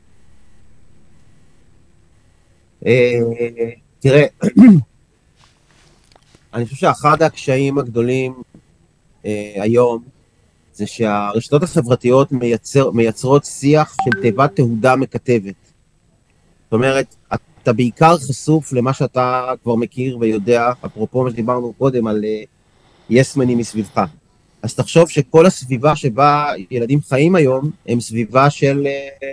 תראה, אני חושב שאחד הקשיים הגדולים היום, זה שהרשתות החברתיות מייצרות שיח של תיבת תהודה מקטבת. זאת אומרת, אתה בעיקר חשוף למה שאתה כבר מכיר ויודע, אפרופו מה שדיברנו קודם על יסמנים מסביבך. אז תחשוב שכל הסביבה שבה ילדים חיים היום, הם סביבה של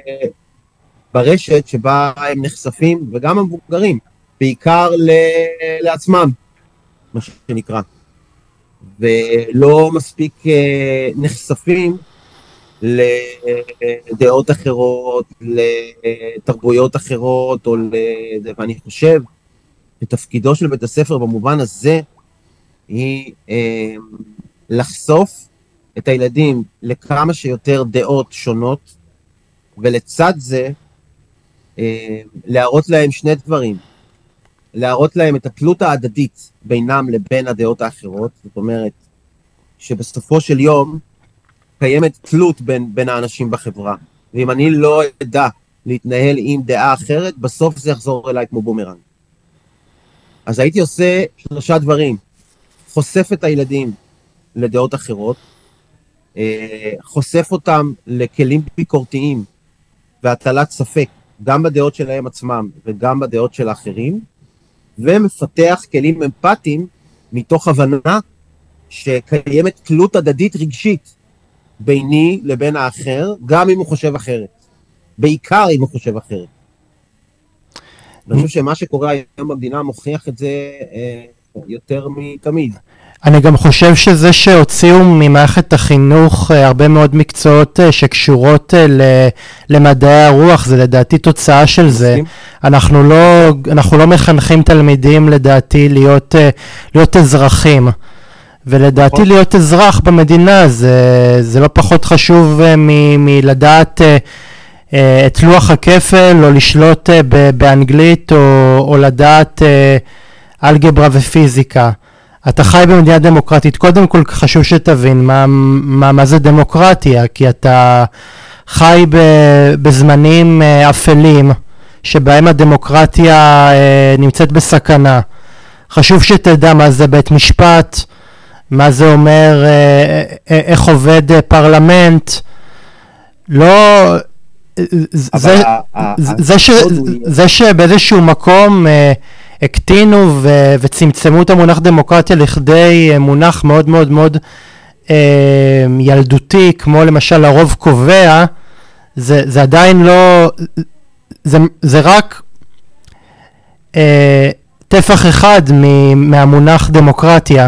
ברשת שבה הם נחשפים, וגם המבוגרים, בעיקר לעצמם, מה שנקרא. ולא מספיק נחשפים לדעות אחרות, לתרבויות אחרות, ואני חושב שתפקידו של בית הספר במובן הזה, היא לחשוף את הילדים לכמה שיותר דעות שונות, ולצד זה להראות להם שני דברים, להראות להם את התלות ההדדית בינם לבין הדעות האחרות, זאת אומרת שבסופו של יום קיימת תלות בין האנשים בחברה, ואם אני לא אדע להתנהל עם דעה אחרת, בסוף זה יחזור אליי כמו בומרנג. אז הייתי עושה 3 דברים, חושף את הילדים לדעות אחרות, חושף אותם לכלים ביקורתיים והטלת ספק, גם בדעות שלהם עצמם וגם בדעות של האחרים, ומפתח כלים אמפתיים מתוך הבנה שקיימת תלות הדדית רגשית ביני לבין האחר, גם אם הוא חושב אחרת. בעיקר אם הוא חושב אחרת. אני חושב שמה שקורה היום במדינה מוכיח את זה יותר מתמיד. אני גם חושב שזה שהוציאו ממערכת החינוך הרבה מאוד מקצועות שקשורות למדעי הרוח, זה לדעתי תוצאה של זה. אנחנו לא מחנכים תלמידים לדעתי להיות אזרחים, ולדעתי להיות אזרח במדינה זה לא פחות חשוב מלדעת את לוח הכפל, או לשלוט באנגלית, או לדעת אלגברה ופיזיקה. אתה חי במדינה דמוקרטית, קודם כל חשוב שתבין מה זה דמוקרטיה, כי אתה חי בזמנים אפלים, שבהם הדמוקרטיה נמצאת בסכנה. חשוב שתדע מה זה בית משפט, מה זה אומר, איך עובד פרלמנט. לא, זה שבאיזשהו מקום הקטינו וצמצמו את המונח דמוקרטיה לכדי מונח מאוד מאוד מאוד ילדותי, כמו למשל הרוב קובע, זה עדיין לא, זה רק טפח אחד מהמונח דמוקרטיה.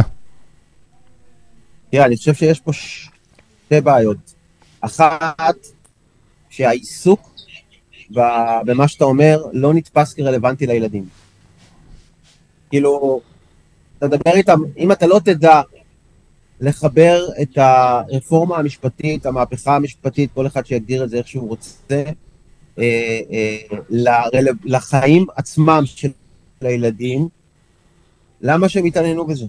אני חושב שיש פה 2 בעיות. אחת, שהעיסוק במה שאתה אומר לא נתפס כרלוונטי לילדים. כאילו, אתה מדבר איתם, אם אתה לא תדע לחבר את הרפורמה המשפטית, המהפכה המשפטית, כל אחד שיגדיר את זה איך שהוא רוצה, לחיים עצמם של הילדים, למה שהם יתעניינו בזה?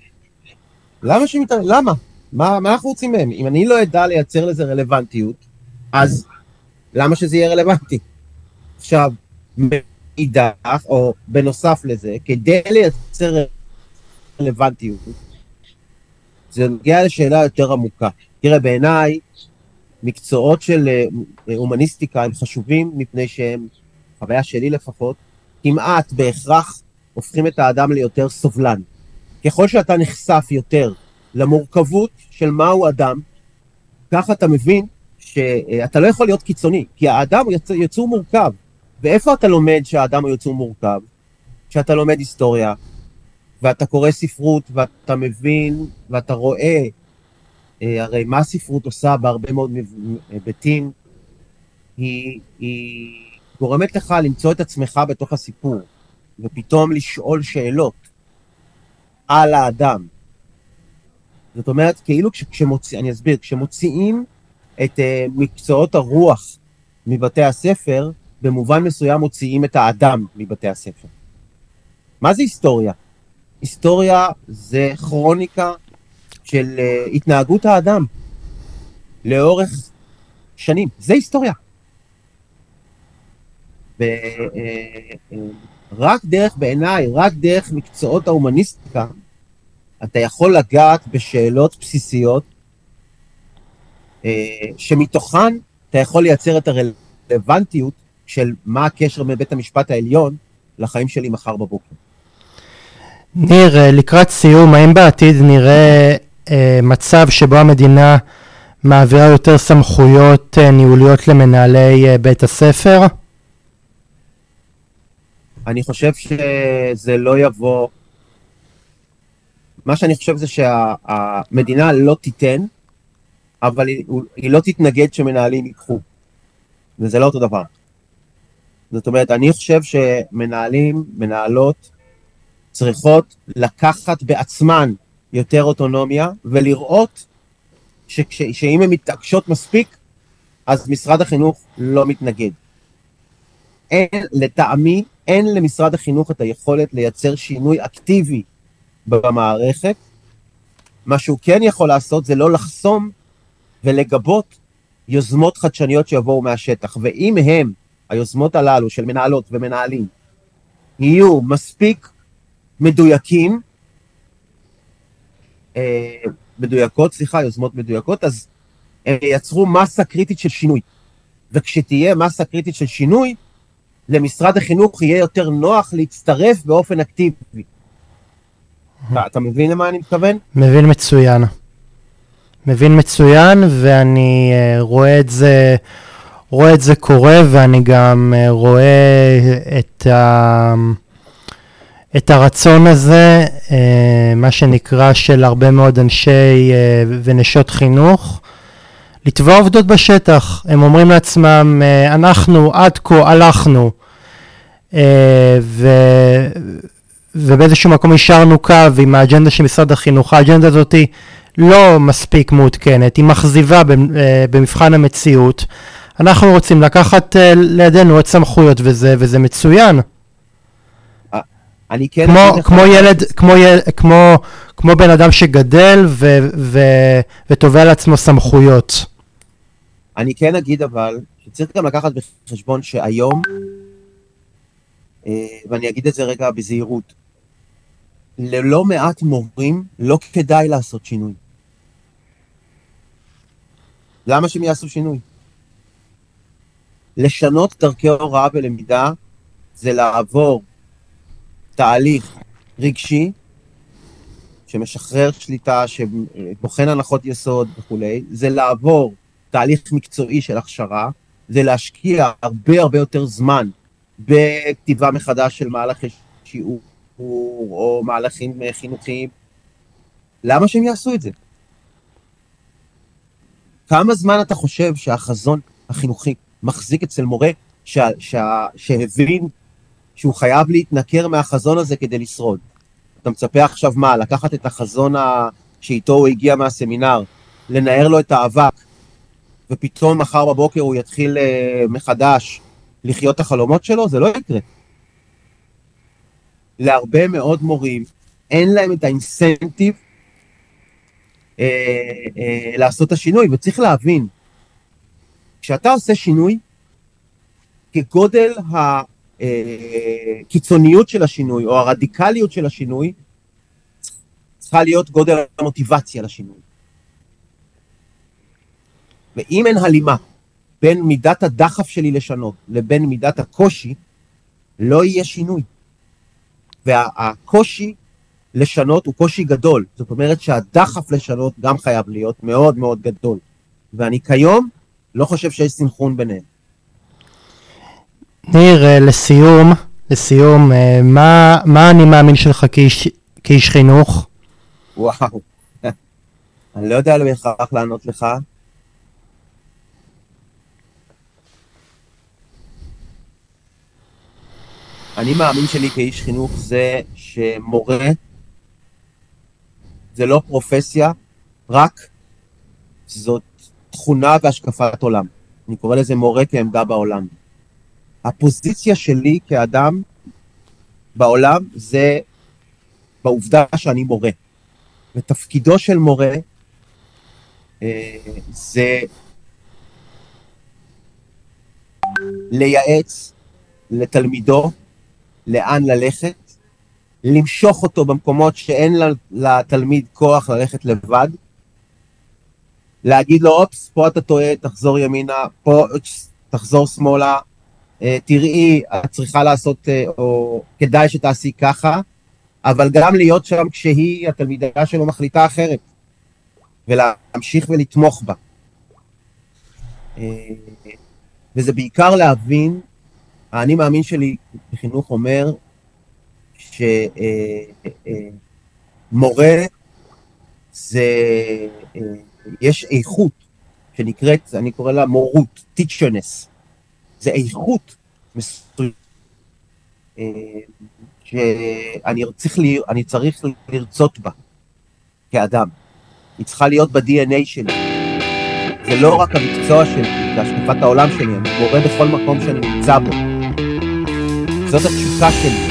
למה? מה אנחנו רוצים מהם? אם אני לא אדע לייצר לזה רלוונטיות, אז למה שזה יהיה רלוונטי? עכשיו, מאידך, או בנוסף לזה, כדי לייצר רלוונטיות, זה נגיע לשאלה יותר עמוקה. תראה, בעיניי, מקצועות של הומניסטיקה הם חשובים, מפני שהם, חוויה שלי לפחות, כמעט בהכרח הופכים את האדם ליותר סובלן. ככל שאתה נחשף יותר למורכבות של מהו אדם, ככה אתה מבין שאתה לא יכול להיות קיצוני, כי האדם הוא יצור מורכב. ואיפה אתה לומד שהאדם הוא יצור מורכב? כשאתה לומד היסטוריה, ואתה קורא ספרות, ואתה מבין, ואתה רואה, הרי מה הספרות עושה בהרבה מאוד היבטים, היא גורמת לך למצוא את עצמך בתוך הסיפור, ופתאום לשאול שאלות על האדם. זאת אומרת, כאילו אני אסביר, כשמוציאים את מקצועות הרוח מבתי הספר, במובן מסוים מוציאים את האדם מבתי הספר. מה זה היסטוריה? היסטוריה זה כרוניקה של התנהגות האדם לאורך שנים. זה היסטוריה. רק דרך, בעיניי, רק דרך מקצועות ההומניסטיקה, אתה יכול לגעת בשאלות בסיסיות, שמתוכן אתה יכול לייצר את הרלוונטיות של מה הקשר מבית המשפט העליון לחיים שלי מחר בבוקר. ניר, לקראת סיום, האם בעתיד נראה מצב שבו המדינה מעבירה יותר סמכויות ניהוליות למנהלי בית הספר? אני חושב שזה לא יבוא, מה שאני חושב זה שהמדינה לא תיתן, אבל היא לא תתנגד שמנהלים ייקחו, וזה לא אותו דבר. זאת אומרת, אני חושב שמנהלים, מנהלות, צריכות לקחת בעצמן יותר אוטונומיה, ולראות שאם הן מתעקשות מספיק, אז משרד החינוך לא מתנגד. לטעמי, אין למשרד החינוך את היכולת לייצר שינוי אקטיבי במערכת. מה שהוא כן יכול לעשות זה לא לחסום ולגבות יוזמות חדשניות שיבואו מהשטח. ואם הם, היוזמות הללו של מנהלות ומנהלים, יהיו מספיק מדויקים, יוזמות מדויקות, אז הם ייצרו מסה קריטית של שינוי. וכשתהיה מסה קריטית של שינוי, למשרד החינוך יהיה יותר נוח להצטרף באופן אקטיבי. אתה מבין למה אני מתכוון? מבין מצוין. מבין מצוין, ואני רואה את זה קורה, ואני גם רואה את הרצון הזה, מה שנקרא, של הרבה מאוד אנשי ונשות חינוך, לתבוע עובדות בשטח. הם אומרים לעצמם, אנחנו עד כה הלכנו, ובאיזשהו מקום השארנו קו עם האג'נדה של משרד החינוך. האג'נדה הזאת לא מספיק מעודכנת, היא מחזיבה במבחן המציאות. אנחנו רוצים לקחת לידינו את סמכויות, וזה מצוין. אני כן כמו בן אדם שגדל ותובע לעצמו סמכויות. אני כן אגיד אבל שצריך גם לקחת בחשבון שהיום, ואני אגיד את זה רגע בזהירות, ללא מעט מורים לא כדאי לעשות שינוי. למה שהם יעשו שינוי? לשנות דרכי הוראה ולמידה זה לעבור תהליך רגשי שמשחרר שליטה, שבוחן הנחות יסוד וכולי, זה לעבור תהליך מקצועי של הכשרה, זה להשקיע הרבה הרבה יותר זמן בכתיבה מחדש של מהלכי שיעור או מהלכים חינוכיים. למה שהם יעשו את זה? כמה זמן אתה חושב שהחזון החינוכי מחזיק אצל מורה שהבין שהוא חייב להתנכר מהחזון הזה כדי לשרוד? אתה מצפה עכשיו מה? לקחת את החזון שאיתו הוא הגיע מהסמינר, לנער לו את האבק, ופתאום מחר בבוקר הוא יתחיל מחדש לחיות את החלומות שלו? זה לא יקרה. להרבה מאוד מורים אין להם את האינסנטיב לעשות את השינוי, וצריך להבין, כשאתה עושה שינוי, כגודל הקיצוניות של השינוי, או הרדיקליות של השינוי, צריכה להיות גודל המוטיבציה לשינוי. ואם אין הלימה בין מידת הדחף שלי לשנות, לבין מידת הקושי, לא יהיה שינוי. והקושי לשנות הוא קושי גדול. זאת אומרת שהדחף לשנות גם חייב להיות מאוד מאוד גדול. ואני כיום לא חושב שיש סנכרון ביניהם. ניר, לסיום, מה אני מאמין שלך כאיש חינוך? וואו, אני לא יודע בהכרח לענות לך. אני מאמין שלי כאיש חינוך זה שמורה זה לא פרופסיה, רק זאת תכונה והשקפת עולם. אני קורא לזה מורה כעמדה בעולם. הפוזיציה שלי כאדם בעולם זה בעובדה שאני מורה. ותפקידו של מורה זה לייעץ לתלמידו לאן ללכת, למשוך אותו במקומות שאין לתלמיד כוח ללכת לבד, להגיד לו, אופס, פה אתה טועה, תחזור ימינה, פה תחזור שמאלה, תראי, את צריכה לעשות, או כדאי שתעשי ככה, אבל גם להיות שם כשהיא, התלמידה שלו, מחליטה אחרת, ולהמשיך ולתמוך בה. וזה בעיקר להבין, אני מאמין שלי בחינוך אומר, שמורה זה, יש איכות שנקראת, אני קורא לה מורות, teacherness, זה איכות מסוימת, שאני צריך לרצות בה כאדם, היא צריכה להיות ב-DNA שלי, זה לא רק המקצוע שלי, זה השקפת העולם שלי, אני מורה בכל מקום שאני נמצא בו, זאת התשוקה שלי,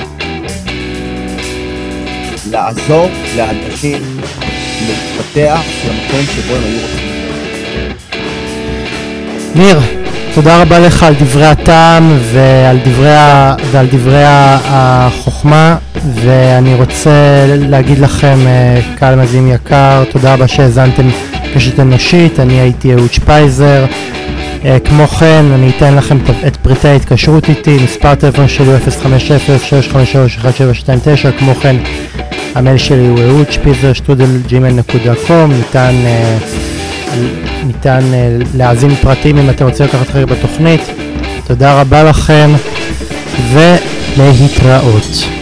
לעזור לאנשים להתפתח למקום שבו הם היו רוצים. ניר, תודה רבה לך על דברי הטעם ועל דברי החוכמה, ואני רוצה להגיד לכם, קהל מאזינים יקר, תודה רבה שהאזנתם קשת אנושית. אני הייתי אהוד שפייזר. כמו כן, אני אתן לכם את פריטי ההתקשרות איתי, מספר טלפון שלי הוא 050-653-1729, כמו כן המייל שלי הוא ehudshpizer@gmail.com. ניתן להאזין פרטים אם אתם רוצים לקחת חלק בתוכנית. תודה רבה לכם ולהתראות.